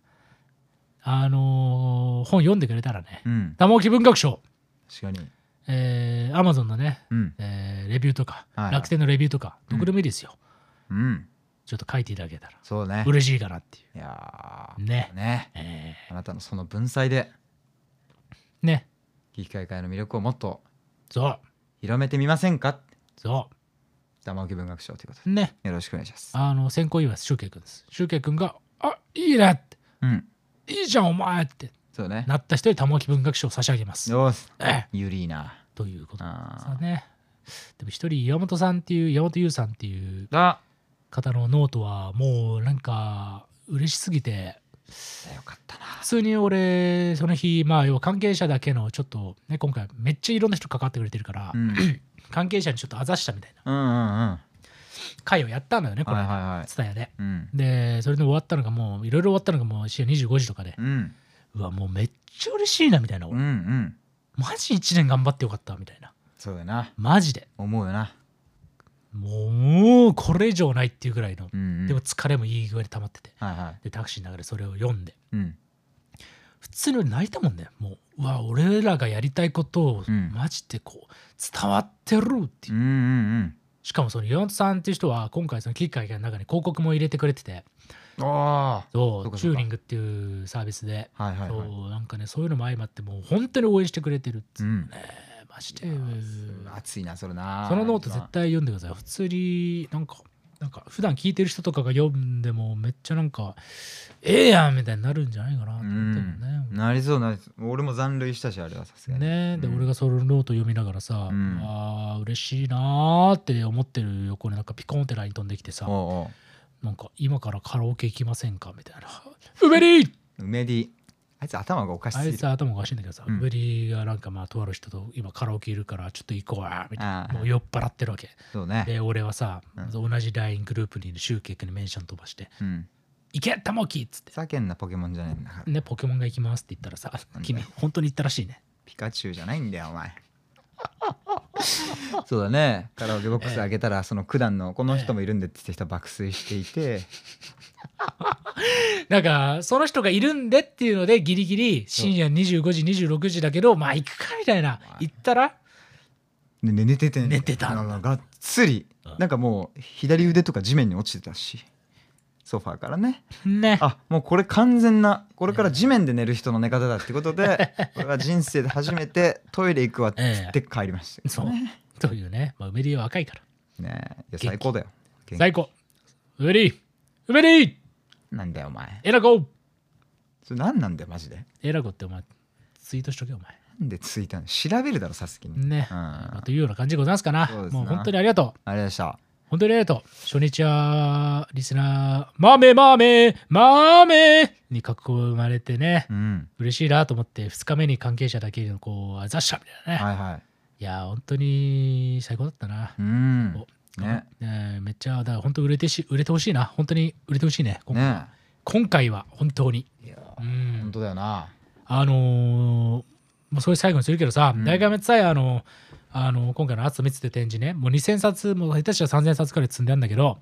本読んでくれたらね、多目木文学賞。 確かに。 Amazon のね、レビューとか、楽天のレビューとか、どこでもいいですよ。ちょっと書いていただけたら、 そうね。 嬉しいかなっていう。 いやね。 あなたのその文才で、 ね。 議会会の魅力をもっと、 そう。 広めてみませんか？ そう。 多目木文学賞ということで。 ね。 よろしくお願いします。 選考委員はシュウケイ君です。シュウケイ君が、いいねって。いいじゃん、お前って。 そうね。 なった人に多目木文学賞を差し上げます。 よし。有利な。 ということですね。でも一人岩本優さんっていう方のノートはもうなんか嬉しすぎて、 よかったな。 普通に俺その日要は関係者だけのちょっとね今回めっちゃいろんな人関わってくれてるから、関係者にちょっとあざしたみたいな会をやったのよねこれツタヤで。でそれで終わったのがもういろいろ終わったのがもう深夜25時とかで、うわもうめっちゃ嬉しいなみたいな。マジ1年頑張ってよかったみたいな。 そうやな。 マジで思うよな。 もうこれ以上ないっていうぐらいの、でも疲れもいい具合に溜まってて、でタクシーの中でそれを読んで、普通に泣いたもんね。もう俺らがやりたいことをマジでこう伝わってるっていう、しかもその岩本さんっていう人は今回その機械の中に広告も入れてくれてて、そうチューニングっていうサービスで、そうなんかねそういうのも相まってもう本当に応援してくれてるっつうね、マジで熱いなそれな。 そのノート絶対読んでください。普通になんか普段聞いてる人とかが読んでもめっちゃなんかやんみたいになるんじゃないかなと思ってもね。 なりそうな。俺も残類したしあれはさすがにね。で俺がそのノート読みながらさ、嬉しいなーって思ってる横になんかピコンってライン飛んできてさ、なんか今からカラオケ行きませんかみたいな。うめりあいつ頭がおかしい。あいつ頭がおかしいんだけどさ、うめりがなんかとある人と今カラオケいるからちょっと行こうやみたいな。もう酔っ払ってるわけ。 そうね。 で俺はさ、同じ LINE グループにいるシュウケイ君にメンション飛ばして「行けタモキ!」っつって。 ふざけんなポケモンじゃないんだからね。ポケモンが行きますって言ったらさ、君本当に行ったらしいね。 ピカチュウじゃないんだよお前。そうだね。カラオケボックス開けたらその九段のこの人もいるんでって言った人爆睡していて、 なんかその人がいるんでっていうのでギリギリ深夜25時26時だけど行くかみたいな言ったら寝てて寝てたんだ。 がっつりなんかもう左腕とか地面に落ちてたし、ソファーからね。もうこれ完全なこれから地面で寝る人の寝方だってことで、俺は人生で初めてトイレ行くわって言って帰りました。 そうというね。うめりは若いからね。いや最高だよ。 最高。うめりなんだよお前。 エラゴそれ何なんだよマジで。 エラゴってお前ツイートしとけお前。 なんでツイート調べるだろさすがにね。というような感じでございますかな。もう本当にありがとう。 ありがとうございました。 本当にありがとう。初日はリスナーマーメに囲まれてね、嬉しいなと思って2日目に関係者だけのこうあざしたみたいなね。いや本当に最高だったな。めっちゃだから本当売れてほしいな。本当に売れてほしいね。今回は本当に。 本当だよな。 もうそれ最後にするけどさ、大学めっちゃ今回の厚見つって展示ね、もう2000冊もう下手したら3000冊くらい積んであるんだけど、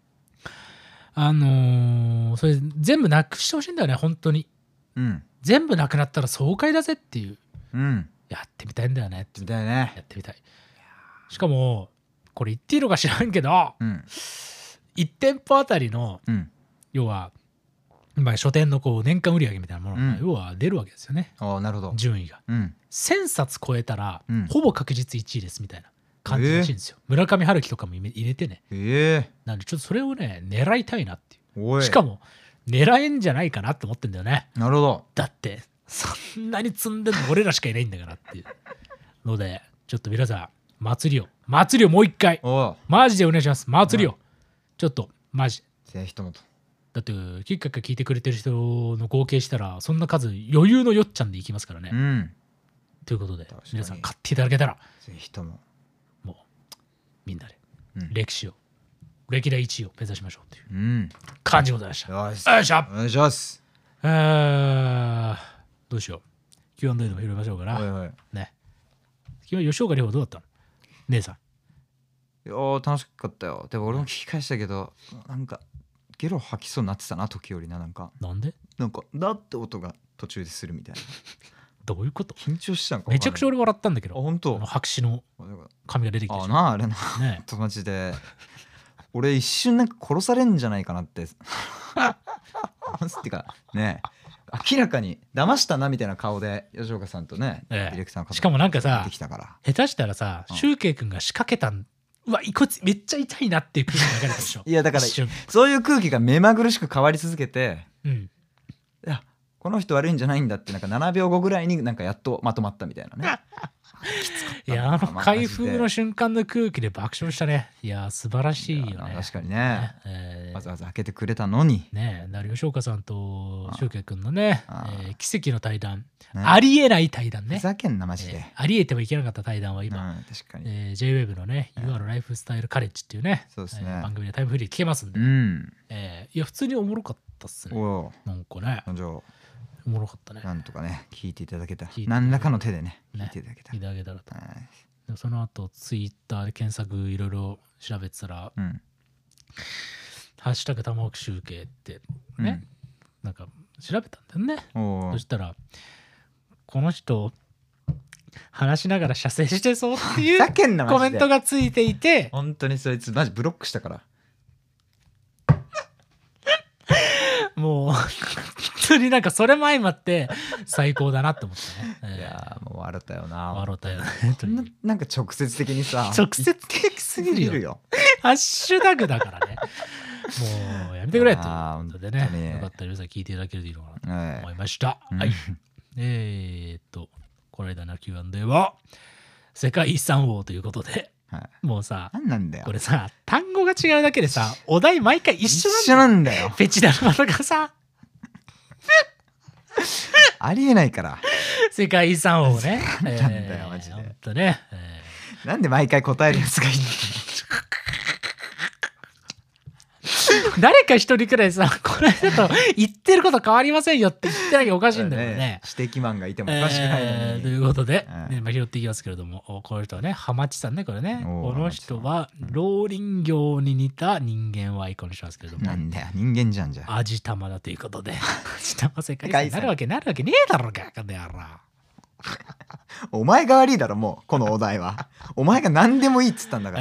それ全部なくしてほしいんだよね本当に。全部なくなったら爽快だぜっていう、やってみたいんだよね。やってみたい。しかもこれ言っていいのか知らんけど、1店舗あたりの、要はまあ、書店のこう年間売上みたいなものが要は出るわけですよね、 なるほど。 順位が。1000冊超えたら、ほぼ確実1位ですみたいな感じらしいんですよ。村上春樹とかも入れてね。なんでちょっとそれをね狙いたいなっていう。しかも狙えんじゃないかなって思ってんだよね。 なるほど。 だってそんなに積んでるの俺らしかいないんだからっていうので、ちょっと皆さん祭りをもう一回マジでお願いします。祭りをちょっとマジぜひともと。 だってキッカッカ聞いてくれてる人の合計したらそんな数余裕のよっちゃんでいきますからね。ということで皆さん買っていただけたらぜひとももうみんなで歴史を、歴代1位を目指しましょうという感じでございました。よいしょ。 お願いします。 どうしよう。Q&A でも拾いましょうかな。ね。今日吉岡里帆どうだったの？姉さん。 いや楽しかったよ。でも俺も聞き返したけど、なんかゲロ吐きそうになってたな、時折な。なんでなんかだって音が途中でするみたいな。 どういうこと？ 緊張したんか。 めちゃくちゃ俺笑ったんだけど。 本当。 白紙の紙が出てきて。 あれな。マジで。俺一瞬なんか殺されんじゃないかなって。ってかね。明らかに騙したなみたいな顔で吉岡さんとね、ディレクターの方しかもなんかさ、 下手したらさ、シュウケイ君が仕掛けたん、うわこいつめっちゃ痛いなっていう空気が流れたでしょ。 いやだからそういう空気が目まぐるしく変わり続けて、いやこの人悪いんじゃないんだってなんか7秒後ぐらいになんかやっとまとまったみたいなね。 いや開封の瞬間の空気で爆笑したね。いや素晴らしいよね。 確かにね。わざわざ開けてくれたのにね。吉岡さんとシュウケイ君のね、奇跡の対談、ありえない対談ね。 ふざけんなマジで。 ありえてもいけなかった対談は今、 確かに J-WAVE のね You Are Life Style College っていうね、番組でタイムフリー聞けますんで、いや普通におもろかったっすね。なんかねおもろかったね。 なんとかね聞いていただけたら、何らかの手でね聞いていただけたらと。その後ツイッターで検索いろいろ調べてたら、ハッシュタグ玉置集計ってね、なんか調べたんだよね。そしたらこの人話しながら射精してそうっていうコメントがついていて、 本当にそいつマジブロックしたから。 もう本当になんかそれも相まって最高だなって思ったね。 いやもう笑ったよな。 笑ったよね。 なんか直接的にさ。 直接的すぎるよ。ハッシュタグだからね。もうやめてくれってことでね。よかったら皆さん聞いていただけるといいのかなと思いました。はい。この間の Q&A は世界遺産王ということで。もうさ、 なんだよこれさ、単語が違うだけでさ、お題毎回一緒なんだよ。 フェチだるまとかさ。 ありえないから。 世界遺産王ね。 なんだよ、マジで。 ほんとね。 なんで毎回答えるやつがいいの？ 誰か一人くらいさ、これだと言ってること変わりませんよって言ってなきゃおかしいんだよね。 指摘マンがいてもおかしくないのに。 ということで、拾っていきますけれども、この人はね、ハマチさんね、これね。この人は、老人形に似た人間をアイコンにしますけれども。 なんだよ、人間じゃんじゃ。 味玉だということで。味玉世界遺産になるわけねえだろうか、この野郎。 お前が悪いだろ、もうこのお題は。お前が何でもいいっつったんだから。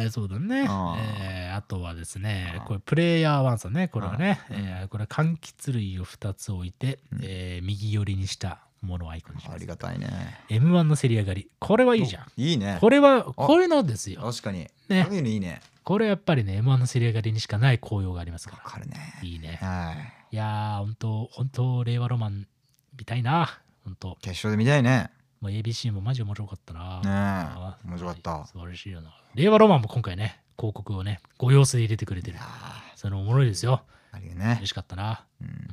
そうだね。あとはですね、これプレイヤー1さんね、これはね、これは柑橘類を2つ置いて、右寄りにしたものをアイコンにします。 ありがたいね。 M1 のせり上がり、これはいいじゃん。 いいね。 これはこういうのですよ。 確かに。 ね、 そういうのいいね。 これやっぱりね、M1 のせり上がりにしかない紅葉がありますから。 わかるね。 いいね。いやー、本当令和ロマン見たいな。本当。 決勝で見たいね。 もう ABC もマジ面白かったな。 面白かった。 素晴らしいよな。令和ロマンも今回ね、広告をね、ご様子で入れてくれてる。それおもろいですよ。嬉しかったな。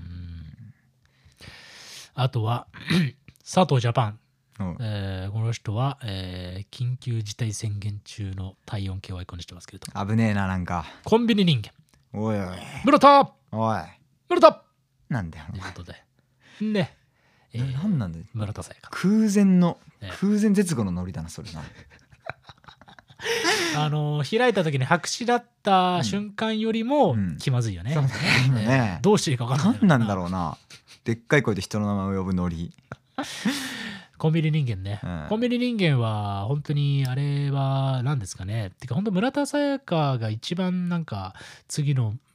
あとは、佐藤ジャパン。この人は、緊急事態宣言中の体温計をアイコンにしてますけれど。 危ねえな、なんか。 コンビニ人間。 おいおい。 室田おい。 室田なんだよ。 ということで。ね。 何なんだよ。 村田沙耶香。 空前絶後のノリだな、それな。 開いた時に白紙だった瞬間よりも気まずいよね。どうしていいか分かんない。 何なんだろうな。でっかい声で人の名前を呼ぶノリ。 コンビニ人間ね。コンビニ人間は本当にあれは何ですかね。てか本当村田沙耶香が一番なんか次の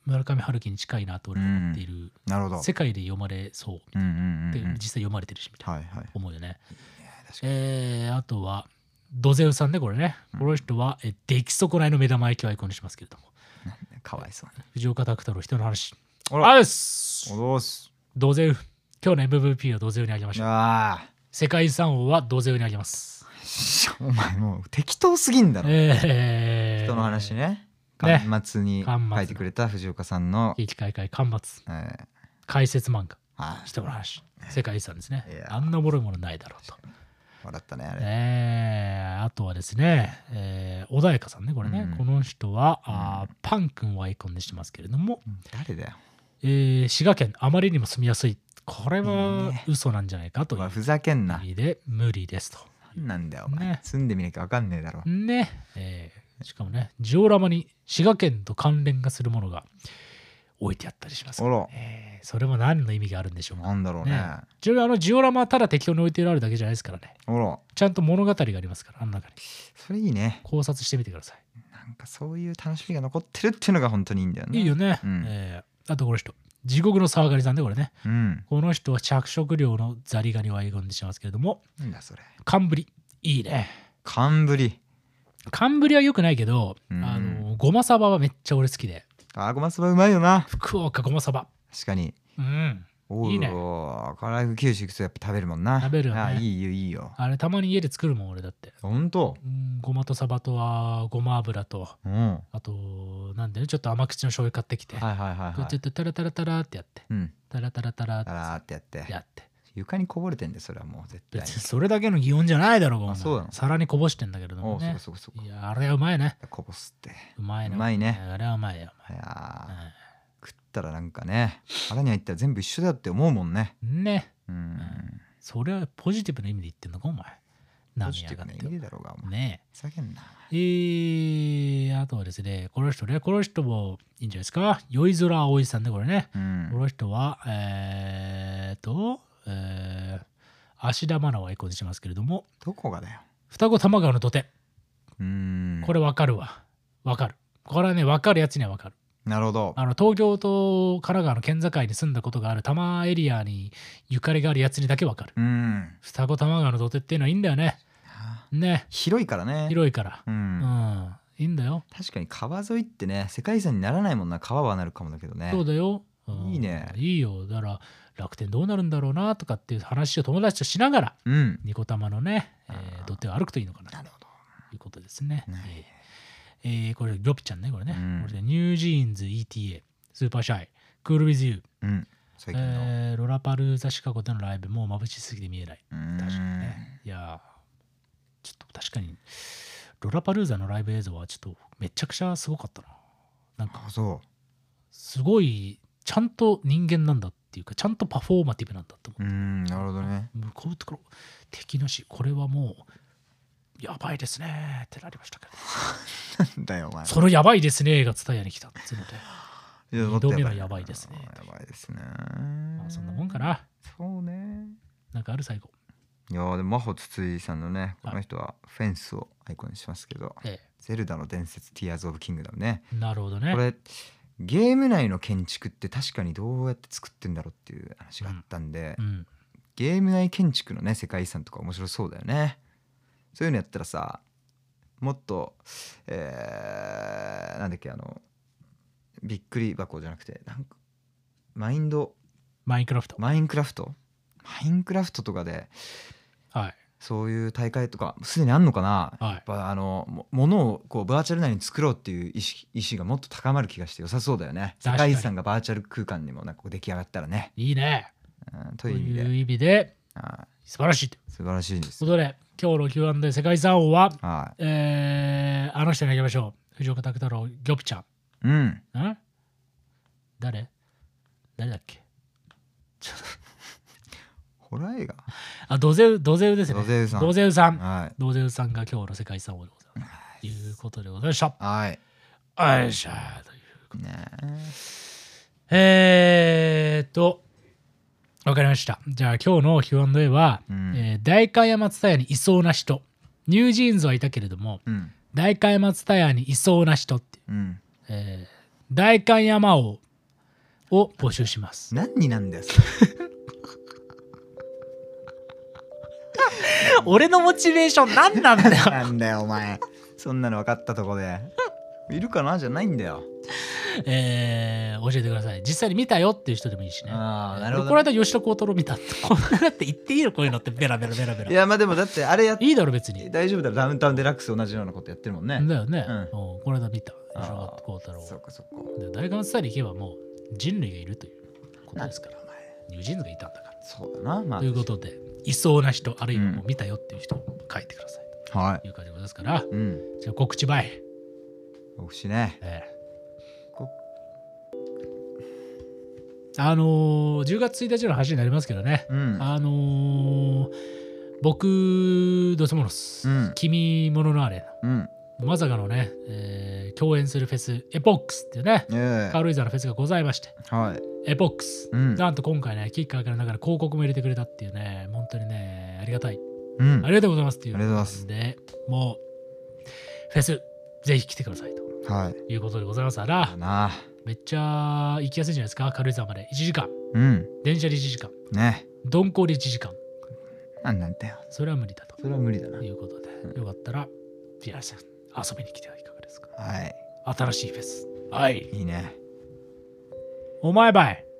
村上春樹に近いなと俺は思っている、 なるほど。 世界で読まれそう、で実際読まれてるしみたいな思うよね。あとはドゼウさんね、これね、この人は出来損ないの目玉焼きをアイコンにしますけれども、 かわいそう。 藤岡拓太郎、人の話。 あっすドゼウ、今日の MVP はドゼウにあげましょう。世界遺産王はドゼウにあげます。 お前もう適当すぎんだろ。人の話ね。巻末に書いてくれた藤岡さんの劇開会巻末、解説漫画、人の話、世界遺産ですね。あんなおもろいものないだろうと。 笑ったねあれ。 あとはですね、穏やかさんね、これね、この人はパン君をアイコンにしてますけれども、 誰だよ。 滋賀県あまりにも住みやすい、これは嘘なんじゃないかというふざけんな意味で無理ですと。 なんだよお前、住んでみなきゃ分かんねえだろね。しかもね、ジオラマに滋賀県と関連がするものが置いてあったりしますから、それも何の意味があるんでしょうか。 なんだろうね。 ジオラマはただ適当に置いてあるだけじゃないですからね。ちゃんと物語がありますから、あの中に。 それいいね。 考察してみてください。 なんかそういう楽しみが残ってるっていうのが本当にいいんだよね。 いいよね。あとこの人、地獄の騒がりさんでこれね。この人は着色料のザリガニをアイコンにしてますけれども、 なんだそれ。 寒ぶり。いいね。 寒ぶりは良くないけど、ごまさばはめっちゃ俺好きで。 ごまさばうまいよな。 福岡ごまさば。 確かに。 いいね。 辛い九州行くとやっぱ食べるもんな。 食べるよね。 いいよいいよ。 あれたまに家で作るもん俺だって。 ほんと。 ごまとサバとはごま油と、あとなんでね、ちょっと甘口の醤油買ってきて、ちょっとタラタラタラってやって、タラタラタラってやって。 床にこぼれてんでそれはもう絶対。 別にそれだけの擬音じゃないだろう。皿にこぼしてんだけれどもね。いやあれはうまいね。 こぼすって。 うまいね。 うまいね。 あれはうまいよ。 食ったらなんかね、腹に入ったら全部一緒だって思うもんね。 ね。それはポジティブな意味で言ってんのかお前。 ポジティブな意味でだろうがお前。 ね。 ふざけんな。 あとはですね、この人もいいんじゃないですか。酔い空葵さんね、これね。この人は芦田愛菜をアイコンにしますけれども、 どこがだよ。 双子玉川の土手。これ分かるわ。分かる。これはね、分かるやつには分かる。 なるほど。 東京と神奈川の県境に住んだことがある多摩エリアにゆかりがあるやつにだけ分かる。双子玉川の土手っていうのはいいんだよね。ね。 広いからね。 広いから。いいんだよ。 確かに川沿いってね、世界遺産にならないもんな。川はなるかもだけどね。 そうだよ。 いいね。 いいよ。だから楽天どうなるんだろうなとかっていう話を友達としながら、ニコ玉のね、土手を歩くといいのかなということですね。これロピちゃんね、これね。これニュージーンズ ETA スーパーシャイクールウィズユー、ロラパルーザシカゴでのライブもう眩しすぎて見えない。確かにね。いやちょっと確かにロラパルーザのライブ映像はちょっとめちゃくちゃすごかったな。なんかすごいちゃんと人間なんだっていうか、ちゃんとパフォーマティブなんだと思って。 なるほどね。 向こうところ敵の死、これはもうやばいですねってなりましたけど。 なんだよお前。 そのやばいですねが伝えに来たっていうので、2度目のやばいですね。 やばいですね。 そんなもんかな。 そうね。 なんかある最後。 いやでも真帆筒井さんのね、この人はフェンスをアイコンにしますけど、ゼルダの伝説ティアーズ・オブ・キングダムね。 なるほどね。 これゲーム内の建築って確かにどうやって作ってんだろうっていう話があったんで、ゲーム内建築のね世界遺産とか面白そうだよね。そういうのやったらさ、もっとなんだっけ、びっくり箱じゃなくてなんかマインクラフトとかで、そういう大会とかすでにあんのかな。やっぱ物をこうバーチャル内に作ろうっていう意志がもっと高まる気がして良さそうだよね。世界遺産がバーチャル空間にもなんか出来上がったらね。 いいね。 という意味で素晴らしい。 素晴らしいです。 ということで今日の Q&A 世界遺産王は、あの人にあげましょう。藤岡拓太郎ギョプちゃん。誰だっけ。 ホラー映画。ドゼウですね。 ドゼウさん。 ドゼウさんが今日の世界遺産王でございます。ということでございました。はい。よいしょということで。わかりました。じゃあ今日の Q&A は、代官山蔦屋にいそうな人。ニュージーンズはいたけれども、代官山蔦屋にいそうな人って、 代官山王を募集します。 何になんだよそれ俺のモチベーション何なんだよなんだよお前、そんなの分かったとこでいるかなじゃないんだよ。 教えてください。実際に見たよっていう人でもいいしね。 ああ、なるほど、ね。 この間吉田鋼太郎見たって、こんなだって言っていいの、こういうのってベラベラベラベラ。 いやまあでもだってあれやっていいだろ別に。 大丈夫だろ、ダウンタウンデラックス同じようなことやってるもんね。 だよね。 うん、 この間見た吉田鋼太郎。 そっかそっか。 大学のスタイル行けばもう人類がいるということですから。ニュージーンズがいたんだから。 そうだな。まあ、 ということで、いそうな人、あるいはもう見たよっていう人を書いてくださいという感じでございますから、じゃあ告知ばい。 告知ね。 10月1日の話になりますけどね、僕ドスモノス、君もののあれ、まさかのね、共演するフェスエポックスっていうね、軽井沢のフェスがございまして、エポックス、なんと今回ねキッカーからながら広告も入れてくれたっていうね、本当にねありがたい、ありがとうございますっていう感じで、もうフェスぜひ来てくださいと、いうことでございますから、めっちゃ行きやすいじゃないですか。軽井沢まで1時間、電車で1時間ね、鈍行で1時間、 なんだよそれは無理だと、 それは無理だなということで、よかったらピアス遊びに来てはいかがですか。 はい、 新しいフェス、はい、 いいね。 お前ばい。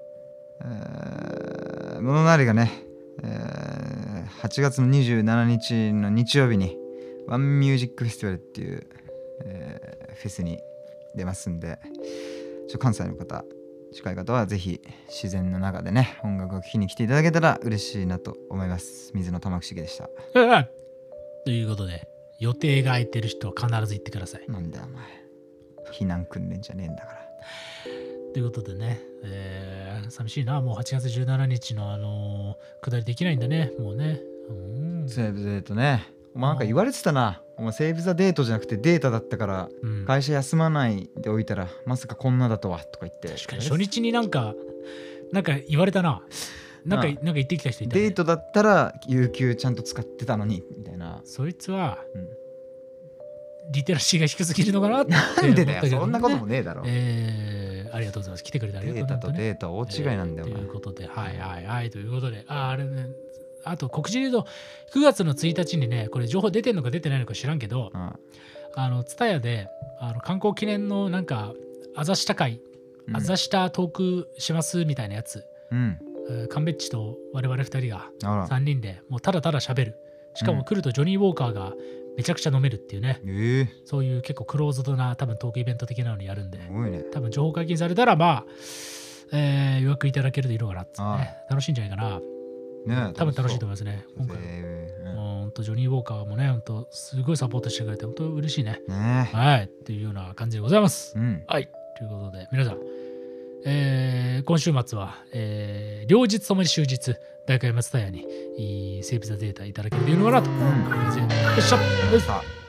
モノナリがね、8月の27日の日曜日にワンミュージックフェスティバルっていう、フェスに出ますんで、関西の方近い方はぜひ自然の中でね音楽を聴きに来ていただけたら嬉しいなと思います。水野玉木茂でした。 ということで、予定が空いてる人は必ず行ってください。 なんだよお前、避難訓練じゃねえんだから。 ということでね、寂しいな、もう8月17日の下りできないんだね、もうね。 セーブデートね、お前なんか言われてたな。お前セーブザデートじゃなくてデータだったから、会社休まないでおいたらまさかこんなだとはとか言って。 確かに初日になんか言われたな。なんか言ってきた人いた、ね、 デートだったら有給ちゃんと使ってたのにみたいな。 そいつは、リテラシーが低すぎるのかなって思ったけど、ね、 なんでだよ、そんなこともねえだろ。 ありがとうございます。来てくれてありがとうございます、 データとデータ大違いなんだよ、 ということで、はいはいはい、ということで、あれね、あと告知で言うと9月の1日にね、これ情報出てんのか出てないのか知らんけど、TSUTAYAで観光記念のなんかあざした会、あざしたトークしますみたいなやつ、カンベッチと我々2人が3人でもうただただ喋る。しかも来るとジョニー・ウォーカーがめちゃくちゃ飲めるっていうね、そういう結構クローズドな多分トークイベント的なのにやるんで、多分情報解禁されたらまあ、予約いただけるといいのかなってね、楽しいんじゃないかな。多分楽しいと思いますね。今回本当ジョニー・ウォーカーもね、本当すごいサポートしてくれて本当嬉しいね。はい、っていうような感じでございます。はい、ということで皆さん、今週末は、両日ともに終日代官山TSUTAYAにセーブ・ザ・データいただけるというのかなと思います。よっしゃ。